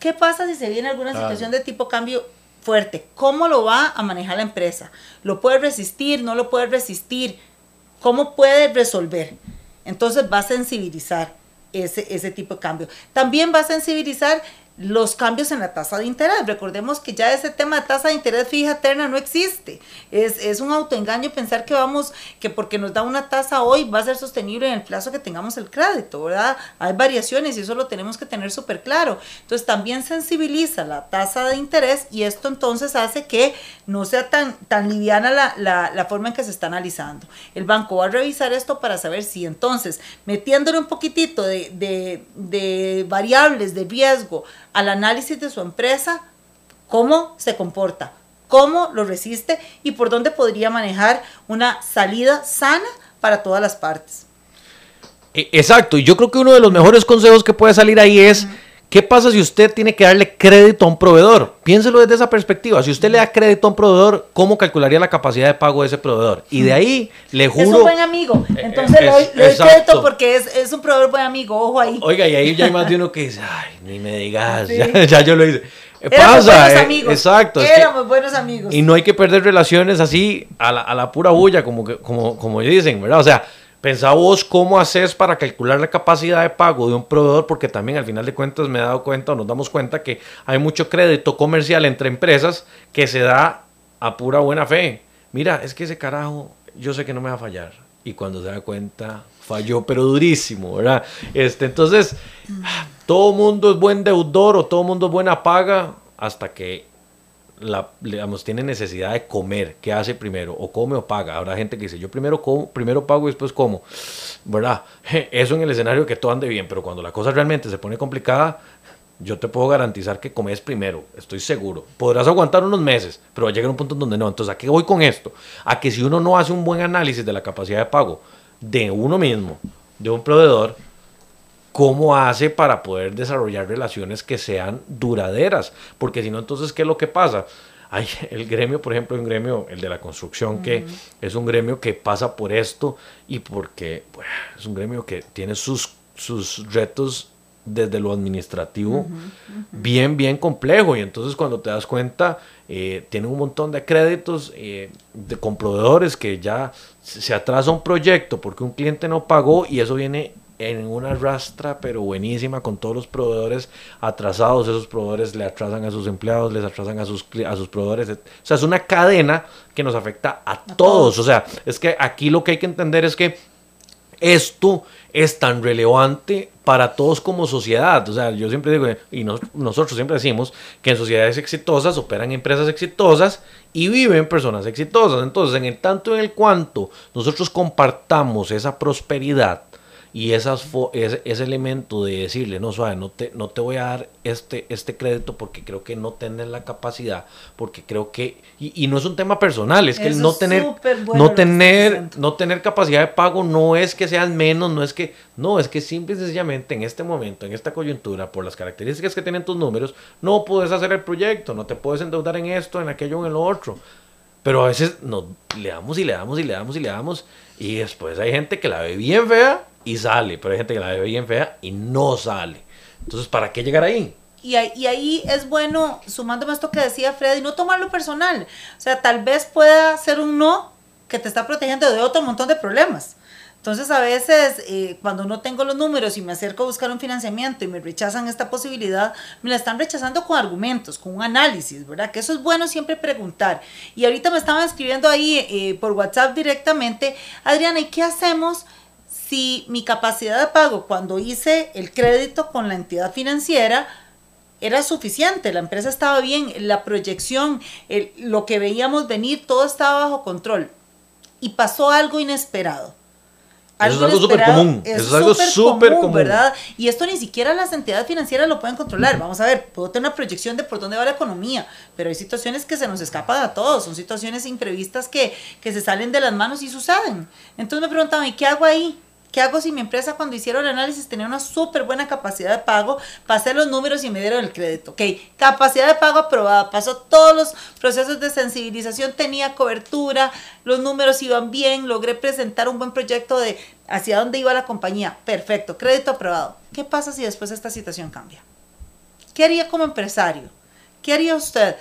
Speaker 3: ¿Qué pasa si se viene alguna situación de tipo cambio fuerte? ¿Cómo lo va a manejar la empresa? ¿Lo puede resistir? ¿No lo puede resistir? ¿Cómo puede resolver? Entonces va a sensibilizar ese, ese tipo de cambio. También va a sensibilizar los cambios en la tasa de interés. Recordemos que ya ese tema de tasa de interés fija eterna no existe. Es, es un autoengaño pensar que vamos, que porque nos da una tasa hoy va a ser sostenible en el plazo que tengamos el crédito, ¿verdad? Hay variaciones y eso lo tenemos que tener súper claro. Entonces también sensibiliza la tasa de interés y esto entonces hace que no sea tan, tan liviana la, la, la forma en que se está analizando. El banco va a revisar esto para saber si entonces, metiéndole un poquitito de, de, de variables de riesgo al análisis de su empresa, cómo se comporta, cómo lo resiste y por dónde podría manejar una salida sana para todas las partes.
Speaker 2: Exacto, y yo creo que uno de los mejores consejos que puede salir ahí es, uh-huh. ¿qué pasa si usted tiene que darle crédito a un proveedor? Piénselo desde esa perspectiva. Si usted le da crédito a un proveedor, ¿cómo calcularía la capacidad de pago de ese proveedor? Y de ahí, le juro...
Speaker 3: Es un buen amigo. Entonces eh, es, le doy crédito porque es, es un proveedor buen amigo. Ojo ahí.
Speaker 2: Oiga, y ahí ya hay más de uno que dice, ay, ni me digas, sí. ya, ya yo lo hice.
Speaker 3: Éramos
Speaker 2: Pasa,
Speaker 3: buenos
Speaker 2: eh,
Speaker 3: amigos.
Speaker 2: Exacto.
Speaker 3: Éramos
Speaker 2: que,
Speaker 3: buenos amigos.
Speaker 2: Y no hay que perder relaciones así a la, a la pura bulla, como, que, como, como dicen, ¿verdad? O sea... Pensá vos cómo haces para calcular la capacidad de pago de un proveedor, porque también al final de cuentas me he dado cuenta o nos damos cuenta que hay mucho crédito comercial entre empresas que se da a pura buena fe. Mira, es que ese carajo yo sé que no me va a fallar. Y cuando se da cuenta, falló, pero durísimo, ¿verdad? Este, entonces, todo mundo es buen deudor o todo mundo es buena paga hasta que... La, digamos, tiene necesidad de comer. ¿Qué hace primero? O come o paga. Habrá gente que dice, yo primero como, primero pago y después como, ¿verdad? Eso en el escenario que todo ande bien, pero cuando la cosa realmente se pone complicada, yo te puedo garantizar que comes primero, estoy seguro. Podrás aguantar unos meses, pero va a llegar un punto en donde no. Entonces, ¿a qué voy con esto? A que si uno no hace un buen análisis de la capacidad de pago de uno mismo, de un proveedor, ¿cómo hace para poder desarrollar relaciones que sean duraderas? Porque si no, entonces, ¿qué es lo que pasa? Hay el gremio, por ejemplo, un gremio, el de la construcción, uh-huh. que es un gremio que pasa por esto y porque pues, es un gremio que tiene sus, sus retos desde lo administrativo uh-huh, uh-huh. bien, bien complejo. Y entonces cuando te das cuenta, eh, tiene un montón de créditos eh, de, con proveedores que ya se atrasa un proyecto porque un cliente no pagó y eso viene en una rastra pero buenísima con todos los proveedores atrasados. Esos proveedores le atrasan a sus empleados, les atrasan a sus, a sus proveedores. O sea, es una cadena que nos afecta a, a todos. todos. O sea, es que aquí lo que hay que entender es que esto es tan relevante para todos como sociedad. O sea, yo siempre digo, y no, nosotros siempre decimos que en sociedades exitosas operan empresas exitosas y viven personas exitosas. Entonces, en el tanto y en el cuanto nosotros compartamos esa prosperidad y esas ese, ese elemento de decirle, no, suave, no te, no te voy a dar este, este crédito porque creo que no tenés la capacidad, porque creo que, y, y no es un tema personal, es que el no tener, bueno no, tener, no tener capacidad de pago no es que sean menos, no es que, no, es que simple y sencillamente en este momento, en esta coyuntura, por las características que tienen tus números, no puedes hacer el proyecto, no te puedes endeudar en esto, en aquello, en lo otro. Pero a veces nos, le damos y le damos y le damos y le damos y después hay gente que la ve bien fea y sale, pero hay gente que la ve bien fea y no sale. Entonces, ¿para qué llegar ahí?
Speaker 3: Y ahí, y ahí es bueno, sumándome a esto que decía Freddy, no tomarlo personal. O sea, tal vez pueda ser un no que te está protegiendo de otro montón de problemas. Entonces, a veces, eh, cuando no tengo los números y me acerco a buscar un financiamiento y me rechazan esta posibilidad, me la están rechazando con argumentos, con un análisis, ¿verdad? Que eso es bueno siempre preguntar. Y ahorita me estaban escribiendo ahí eh, por WhatsApp directamente, Adriana, ¿y qué hacemos si mi capacidad de pago cuando hice el crédito con la entidad financiera era suficiente? La empresa estaba bien, la proyección, el, lo que veíamos venir, todo estaba bajo control. Y pasó algo inesperado.
Speaker 2: Eso es algo súper común. Eso es algo súper común,
Speaker 3: ¿verdad? Y esto ni siquiera las entidades financieras lo pueden controlar. Vamos a ver, puedo tener una proyección de por dónde va la economía, pero hay situaciones que se nos escapan a todos. Son situaciones imprevistas que, que se salen de las manos y suceden. Entonces me preguntaban, ¿y qué hago ahí? ¿Qué hago si mi empresa cuando hicieron el análisis tenía una súper buena capacidad de pago? Pasé los números y me dieron el crédito. Ok, capacidad de pago aprobada. Pasó todos los procesos de sensibilización, tenía cobertura, los números iban bien, logré presentar un buen proyecto de hacia dónde iba la compañía. Perfecto, crédito aprobado. ¿Qué pasa si después esta situación cambia? ¿Qué ¿qué haría como empresario? ¿Qué haría usted?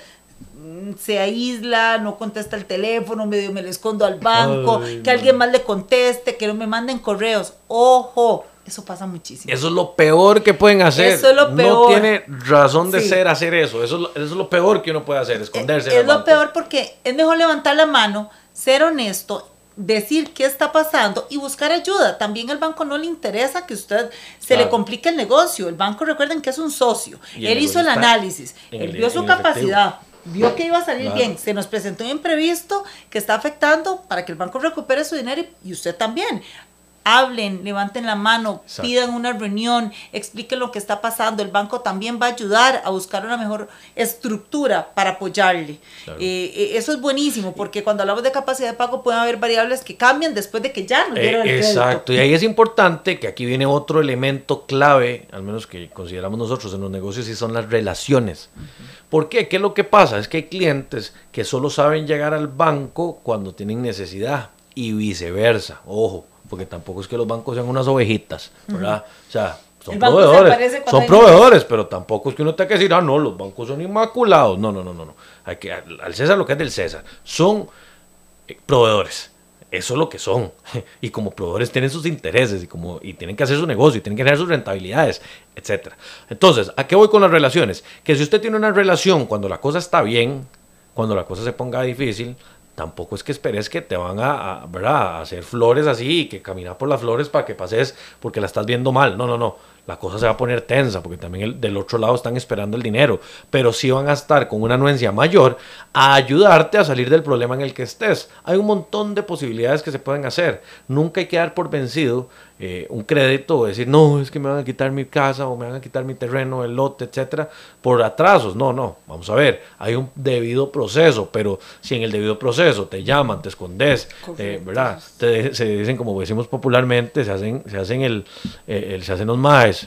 Speaker 3: Se aísla, no contesta el teléfono, medio me le escondo al banco, Ay, que no. alguien más le conteste, que no me manden correos. Ojo, eso pasa muchísimo.
Speaker 2: Eso es lo peor que pueden hacer.
Speaker 3: Eso es lo peor.
Speaker 2: No tiene razón de
Speaker 3: sí.
Speaker 2: ser hacer eso. Eso es, lo, eso es lo peor que uno puede hacer, esconderse.
Speaker 3: Es, es lo banco. peor porque es mejor levantar la mano, ser honesto, decir qué está pasando y buscar ayuda. También al banco no le interesa que usted se claro. le complique el negocio. El banco, recuerden que es un socio. Él hizo el análisis, él vio su capacidad, vio que iba a salir claro. bien. Se nos presentó un imprevisto que está afectando para que el banco recupere su dinero y, y usted también. Hablen, levanten la mano, Exacto. pidan una reunión, expliquen lo que está pasando. El banco también va a ayudar a buscar una mejor estructura para apoyarle. Claro. Eh, eso es buenísimo porque cuando hablamos de capacidad de pago pueden haber variables que cambian después de que ya nos dieron eh, el crédito.
Speaker 2: Exacto, y ahí es importante que aquí viene otro elemento clave, al menos que consideramos nosotros en los negocios, y son las relaciones. Uh-huh. ¿Por qué? ¿Qué es lo que pasa? Es que hay clientes que solo saben llegar al banco cuando tienen necesidad y viceversa. Ojo. Porque tampoco es que los bancos sean unas ovejitas, ¿verdad? Uh-huh. O sea, son proveedores, son proveedores, pero tampoco es que uno tenga que decir, ah, no, los bancos son inmaculados. No, no, no, no, no. Hay que, al César lo que es del César. Son eh, proveedores. Eso es lo que son. Y como proveedores tienen sus intereses y, como, y tienen que hacer su negocio y tienen que generar sus rentabilidades, etcétera. Entonces, ¿a qué voy con las relaciones? Que si usted tiene una relación cuando la cosa está bien, cuando la cosa se ponga difícil, tampoco es que esperes que te van a, a, ¿verdad? a hacer flores así y que caminar por las flores para que pases porque la estás viendo mal. No, no, no. La cosa se va a poner tensa porque también el, del otro lado están esperando el dinero. Pero sí van a estar con una anuencia mayor a ayudarte a salir del problema en el que estés. Hay un montón de posibilidades que se pueden hacer. Nunca hay que dar por vencido eh, un crédito o decir, no, es que me van a quitar mi casa o me van a quitar mi terreno, el lote, etcétera, por atrasos. No, no. Vamos a ver. Hay un debido proceso, pero si en el debido proceso te llaman, te escondes, eh, ¿verdad? Te, se dicen, como decimos popularmente, se hacen, se hacen, el, eh, el, se hacen los maes.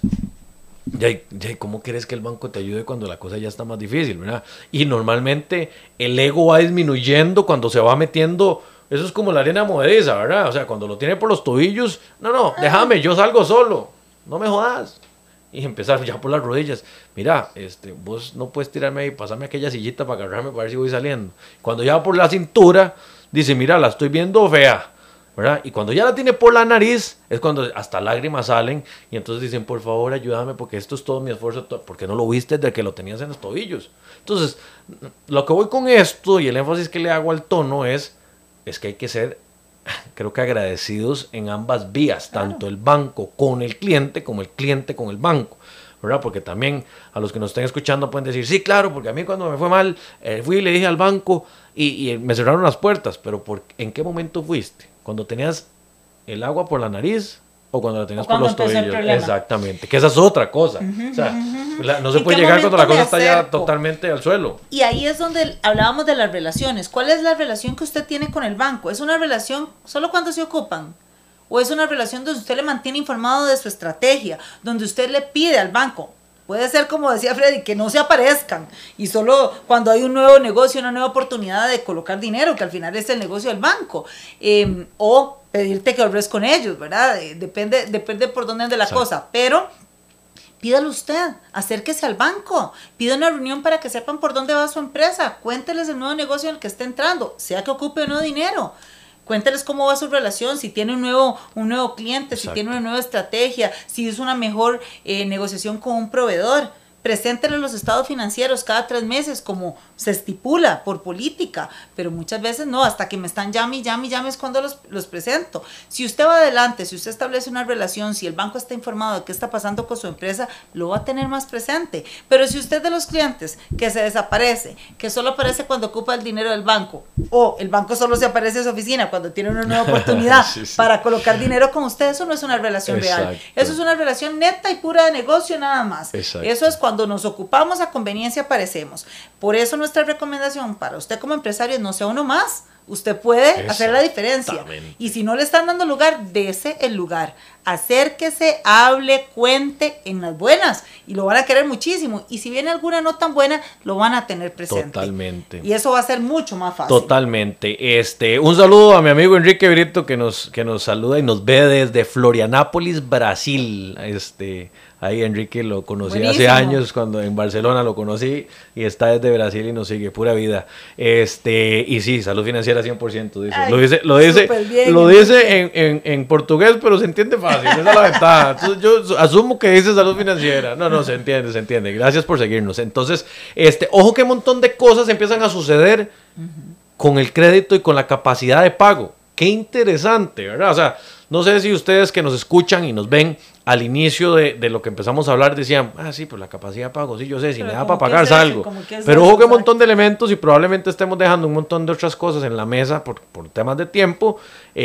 Speaker 2: Ya, ya, ¿cómo quieres que el banco te ayude cuando la cosa ya está más difícil, ¿verdad? Y normalmente el ego va disminuyendo cuando se va metiendo. Eso es como la arena movediza, ¿verdad? O sea, cuando lo tiene por los tobillos, no, no, déjame, yo salgo solo, no me jodas. Y empezar ya por las rodillas. Mira, este, vos no puedes tirarme ahí, pasarme aquella sillita para agarrarme para ver si voy saliendo. Cuando ya va por la cintura, dice, mira, la estoy viendo fea, ¿verdad? Y cuando ya la tiene por la nariz, es cuando hasta lágrimas salen. Y entonces dicen, por favor, ayúdame porque esto es todo mi esfuerzo, porque no lo viste desde que lo tenías en los tobillos. Entonces, lo que voy con esto y el énfasis que le hago al tono es, es que hay que ser, creo que agradecidos en ambas vías, claro. Tanto el banco con el cliente como el cliente con el banco, ¿verdad? Porque también a los que nos estén escuchando pueden decir, sí, claro, porque a mí cuando me fue mal, eh, fui y le dije al banco y, y me cerraron las puertas, pero ¿por, ¿en qué momento fuiste? ¿Cuando tenías el agua por la nariz o cuando la tenías por los tobillos? Exactamente, que esa es otra cosa. Uh-huh, o sea, uh-huh. la, no se puede llegar cuando la cosa está ya totalmente al suelo.
Speaker 3: Y ahí es donde hablábamos de las relaciones. ¿Cuál es la relación que usted tiene con el banco? ¿Es una relación solo cuando se ocupan? ¿O es una relación donde usted le mantiene informado de su estrategia? Donde usted le pide al banco, puede ser como decía Freddy, que no se aparezcan y solo cuando hay un nuevo negocio, una nueva oportunidad de colocar dinero, que al final es el negocio del banco, eh, o pedirte que ahorres con ellos, ¿verdad? Eh, depende, depende por dónde ande la sí. cosa, pero pídalo usted, acérquese al banco, pida una reunión para que sepan por dónde va su empresa, cuénteles el nuevo negocio en el que está entrando, sea que ocupe o no dinero. Cuénteles cómo va su relación, si tiene un nuevo, un nuevo cliente, Exacto. si tiene una nueva estrategia, si es una mejor eh, negociación con un proveedor. Preséntenle los estados financieros cada tres meses como se estipula por política, pero muchas veces no, hasta que me están llame y llame y llame es cuando los, los presento. Si usted va adelante, si usted establece una relación, si el banco está informado de qué está pasando con su empresa, lo va a tener más presente. Pero si usted es de los clientes que se desaparece, que solo aparece cuando ocupa el dinero del banco, o el banco solo se aparece en su oficina cuando tiene una nueva oportunidad sí, sí. para colocar dinero con usted, eso no es una relación Exacto. real. Eso es una relación neta y pura de negocio nada más. Exacto. Eso es cuando Cuando nos ocupamos a conveniencia aparecemos. Por eso nuestra recomendación para usted como empresario es no sea uno más. Usted puede hacer la diferencia. Y si no le están dando lugar, dese el lugar. acérquese, hable, cuente en las buenas y lo van a querer muchísimo. Y si viene alguna no tan buena, lo van a tener presente.
Speaker 2: Totalmente.
Speaker 3: Y eso va a ser mucho más fácil.
Speaker 2: Totalmente. Este, un saludo a mi amigo Enrique Brito que nos, que nos saluda y nos ve desde Florianápolis, Brasil. Este, ahí Enrique lo conocí Buenísimo. hace años cuando en Barcelona lo conocí y está desde Brasil y nos sigue, pura vida. Este, y sí, salud financiera cien por ciento, dice. Ay, lo dice, lo dice, bien, lo dice en, en, en portugués, pero se entiende fácil, esa es la ventaja. Entonces yo asumo que dice salud financiera. No, no, se entiende, se entiende. Gracias por seguirnos. Entonces, este, ojo que un montón de cosas empiezan a suceder uh-huh. con el crédito y con la capacidad de pago. Qué interesante, ¿verdad? O sea, no sé si ustedes que nos escuchan y nos ven al inicio de, de lo que empezamos a hablar decían, ah, sí, pues la capacidad de pago, sí, yo sé, si pero me da para pagar salgo. Pero ojo que un montón de elementos y probablemente estemos dejando un montón de otras cosas en la mesa por, por temas de tiempo,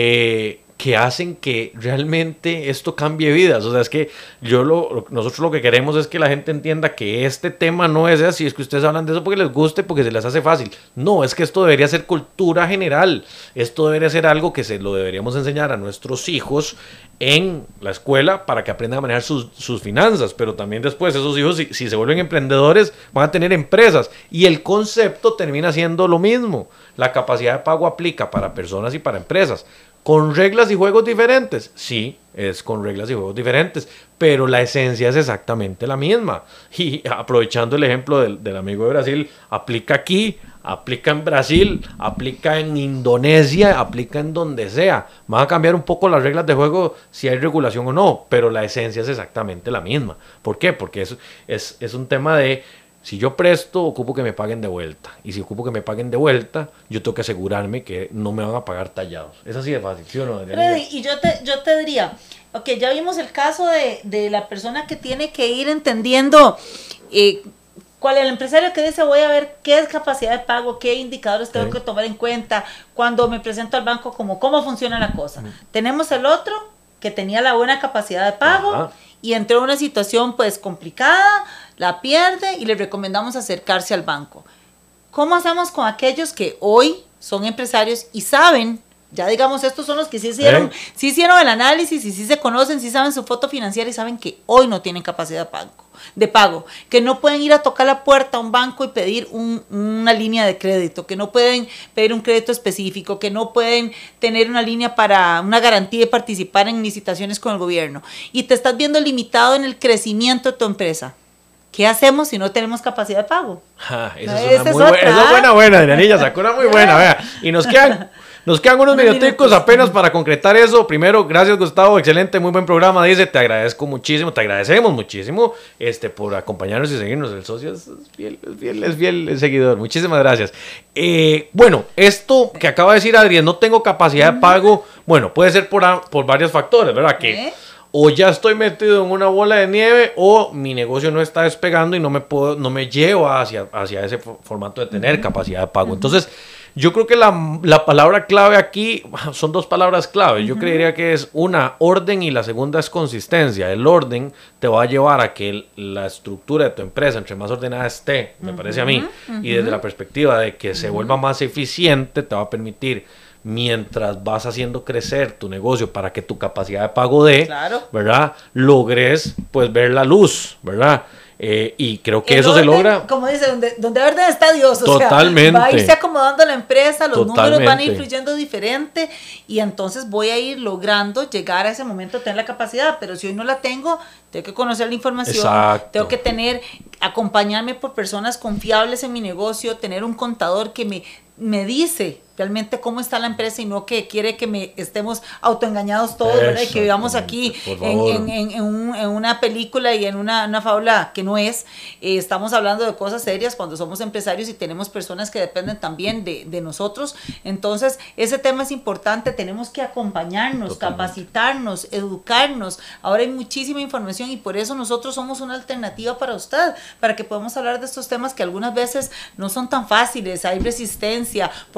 Speaker 2: eh, que hacen que realmente esto cambie vidas. O sea, es que yo lo, nosotros lo que queremos es que la gente entienda que este tema no es así, es que ustedes hablan de eso porque les guste, porque se les hace fácil. No, es que esto debería ser cultura general. Esto debería ser algo que se lo deberíamos enseñar a nuestros hijos en la escuela para que aprendan a manejar sus, sus finanzas, pero también después esos hijos, si, si se vuelven emprendedores, van a tener empresas y el concepto termina siendo lo mismo. La capacidad de pago aplica para personas y para empresas. ¿Con reglas y juegos diferentes? Sí, es con reglas y juegos diferentes, pero la esencia es exactamente la misma. Y aprovechando el ejemplo del, del amigo de Brasil, aplica aquí, aplica en Brasil, aplica en Indonesia, aplica en donde sea. Van a cambiar un poco las reglas de juego si hay regulación o no, pero la esencia es exactamente la misma. ¿Por qué? Porque es, es, es un tema de... Si yo presto, ocupo que me paguen de vuelta. Y si ocupo que me paguen de vuelta, yo tengo que asegurarme que no me van a pagar tallados. Es así de fácil, ¿sí o no?
Speaker 3: Freddy, y yo te, yo te diría, ok, ya vimos el caso de, de la persona que tiene que ir entendiendo eh, cuál es el empresario que dice, voy a ver qué es capacidad de pago, qué indicadores tengo ¿Sí? que tomar en cuenta cuando me presento al banco, como cómo funciona la cosa. Uh-huh. Tenemos el otro que tenía la buena capacidad de pago uh-huh. y entró en una situación pues complicada, la pierde y le recomendamos acercarse al banco. ¿Cómo hacemos con aquellos que hoy son empresarios y saben, ya digamos, estos son los que sí hicieron, ¿Eh? sí hicieron el análisis y sí se conocen, sí saben su foto financiera y saben que hoy no tienen capacidad de pago, de pago, que no pueden ir a tocar la puerta a un banco y pedir un, una línea de crédito, que no pueden pedir un crédito específico, que no pueden tener una línea para una garantía de participar en licitaciones con el gobierno y te estás viendo limitado en el crecimiento de tu empresa? ¿Qué hacemos si no tenemos capacidad de pago?
Speaker 2: Ah, esa es, una muy es buena, esa es buena, buena, Adrianilla, sacó una muy buena, vea. Y nos quedan, nos quedan unos minuticos apenas para concretar eso. Primero, gracias Gustavo, excelente, muy buen programa, dice, te agradezco muchísimo, te agradecemos muchísimo este, por acompañarnos y seguirnos. El socio es fiel, es fiel, es fiel el seguidor, muchísimas gracias. Eh, bueno, esto que acaba de decir Adrián, no tengo capacidad de pago, bueno, puede ser por, por varios factores, ¿verdad? Que... ¿Eh? O ya estoy metido en una bola de nieve o mi negocio no está despegando y no me puedo, no me lleva hacia, hacia ese formato de tener uh-huh. capacidad de pago. Uh-huh. Entonces, yo creo que la, la palabra clave aquí son dos palabras clave. Uh-huh. Yo creería que es una, orden, y la segunda es consistencia. El orden te va a llevar a que el, la estructura de tu empresa, entre más ordenada esté, me uh-huh. parece a mí, uh-huh. y desde la perspectiva de que uh-huh. se vuelva más eficiente, te va a permitir, mientras vas haciendo crecer tu negocio para que tu capacidad de pago dé, claro. ¿verdad? Logres, pues, ver la luz, ¿verdad? Eh, y creo que el eso orden, se logra.
Speaker 3: Como dice, donde, donde orden está Dios.
Speaker 2: Totalmente.
Speaker 3: O sea, va a irse acomodando la empresa, los Totalmente. números van a ir fluyendo diferente y entonces voy a ir logrando llegar a ese momento de tener la capacidad. Pero si hoy no la tengo, tengo que conocer la información, Exacto. tengo que tener, acompañarme por personas confiables en mi negocio, tener un contador que me, me dice realmente cómo está la empresa y no que quiere que me estemos autoengañados todos, ¿verdad? Y que vivamos aquí en, en, en, en, un, en una película y en una, una fábula que no es. Eh, estamos hablando de cosas serias cuando somos empresarios y tenemos personas que dependen también de, de nosotros. Entonces, ese tema es importante, tenemos que acompañarnos, Totalmente. capacitarnos, educarnos. Ahora hay muchísima información y por eso nosotros somos una alternativa para usted, para que podamos hablar de estos temas que algunas veces no son tan fáciles, hay resistencia, porque si tengo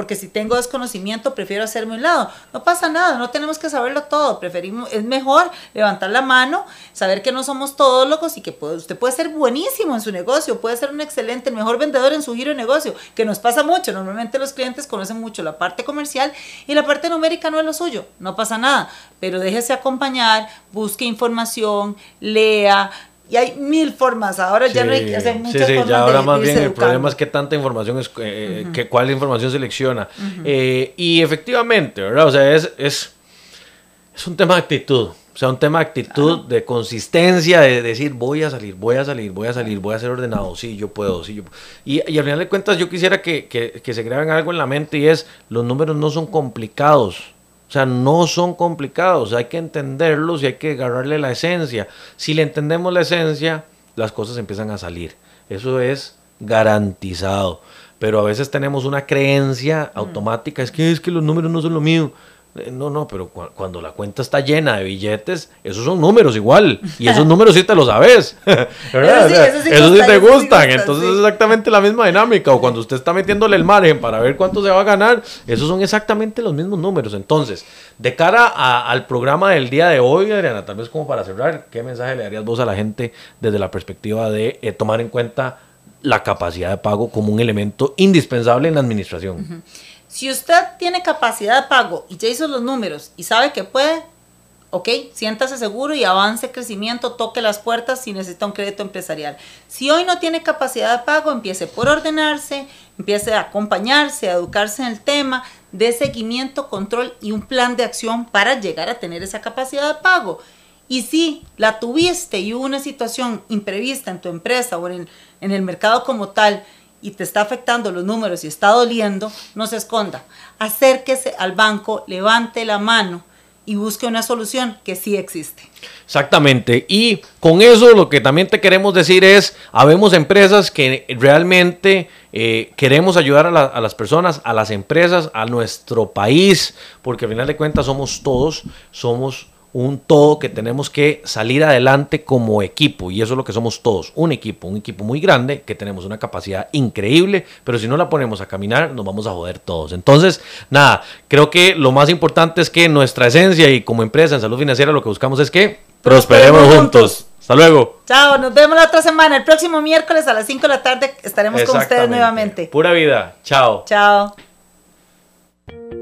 Speaker 3: tengo desconocimiento, prefiero hacerme a un lado. No pasa nada, no tenemos que saberlo todo, preferimos, es mejor levantar la mano, saber que no somos todólogos y que puede, usted puede ser buenísimo en su negocio, puede ser un excelente, el mejor vendedor en su giro de negocio, que nos pasa mucho. Normalmente los clientes conocen mucho la parte comercial y la parte numérica no es lo suyo, no pasa nada, pero déjese acompañar, busque información, lea. Y hay mil formas, ahora sí, ya no hay que hacer muchas sí, sí, formas ya ahora
Speaker 2: de, más de bien el problema es que tanta información, es eh, uh-huh. que cuál información selecciona. Uh-huh. eh, y efectivamente, ¿verdad? O sea, es, es, es un tema de actitud, o sea, un tema de actitud, claro. de consistencia, de decir, voy a salir, voy a salir, voy a salir, voy a ser ordenado, sí, yo puedo, sí, yo puedo. Y, y al final de cuentas yo quisiera que, que, que se graben algo en la mente y es, los números no son complicados. O sea, no son complicados, hay que entenderlos y hay que agarrarle la esencia. Si le entendemos la esencia, las cosas empiezan a salir. Eso es garantizado. Pero a veces tenemos una creencia automática, es que es que los números no son lo mío. No, no, pero cu- cuando la cuenta está llena de billetes, esos son números igual. Y esos números sí te los sabes. ¿Verdad? Eso sí, eso sí, esos gusta, sí te gustan. Sí gusta, entonces sí. Es exactamente la misma dinámica. O cuando usted está metiéndole el margen para ver cuánto se va a ganar, esos son exactamente los mismos números. Entonces, de cara a, al programa del día de hoy, Adriana, tal vez como para cerrar, ¿qué mensaje le darías vos a la gente desde la perspectiva de eh, tomar en cuenta la capacidad de pago como un elemento indispensable en la administración?
Speaker 3: Uh-huh. Si usted tiene capacidad de pago y ya hizo los números y sabe que puede, ok, siéntase seguro y avance crecimiento, toque las puertas si necesita un crédito empresarial. Si hoy no tiene capacidad de pago, empiece por ordenarse, empiece a acompañarse, a educarse en el tema, dé seguimiento, control y un plan de acción para llegar a tener esa capacidad de pago. Y si la tuviste y hubo una situación imprevista en tu empresa o en el, en el mercado como tal, y te está afectando los números y está doliendo, no se esconda. Acérquese al banco, levante la mano y busque una solución que sí existe.
Speaker 2: Exactamente. Y con eso lo que también te queremos decir es, habemos empresas que realmente eh, queremos ayudar a, la, a las personas, a las empresas, a nuestro país, porque al final de cuentas somos todos, somos un todo que tenemos que salir adelante como equipo, y eso es lo que somos todos, un equipo, un equipo muy grande que tenemos una capacidad increíble, pero si no la ponemos a caminar nos vamos a joder todos. Entonces, nada, creo que lo más importante es que nuestra esencia y como empresa en salud financiera lo que buscamos es que prosperemos, prosperemos juntos. juntos. Hasta luego.
Speaker 3: Chao, nos vemos la otra semana, el próximo miércoles a las cinco de la tarde estaremos con ustedes nuevamente.
Speaker 2: Pura vida. Chao.
Speaker 3: Chao.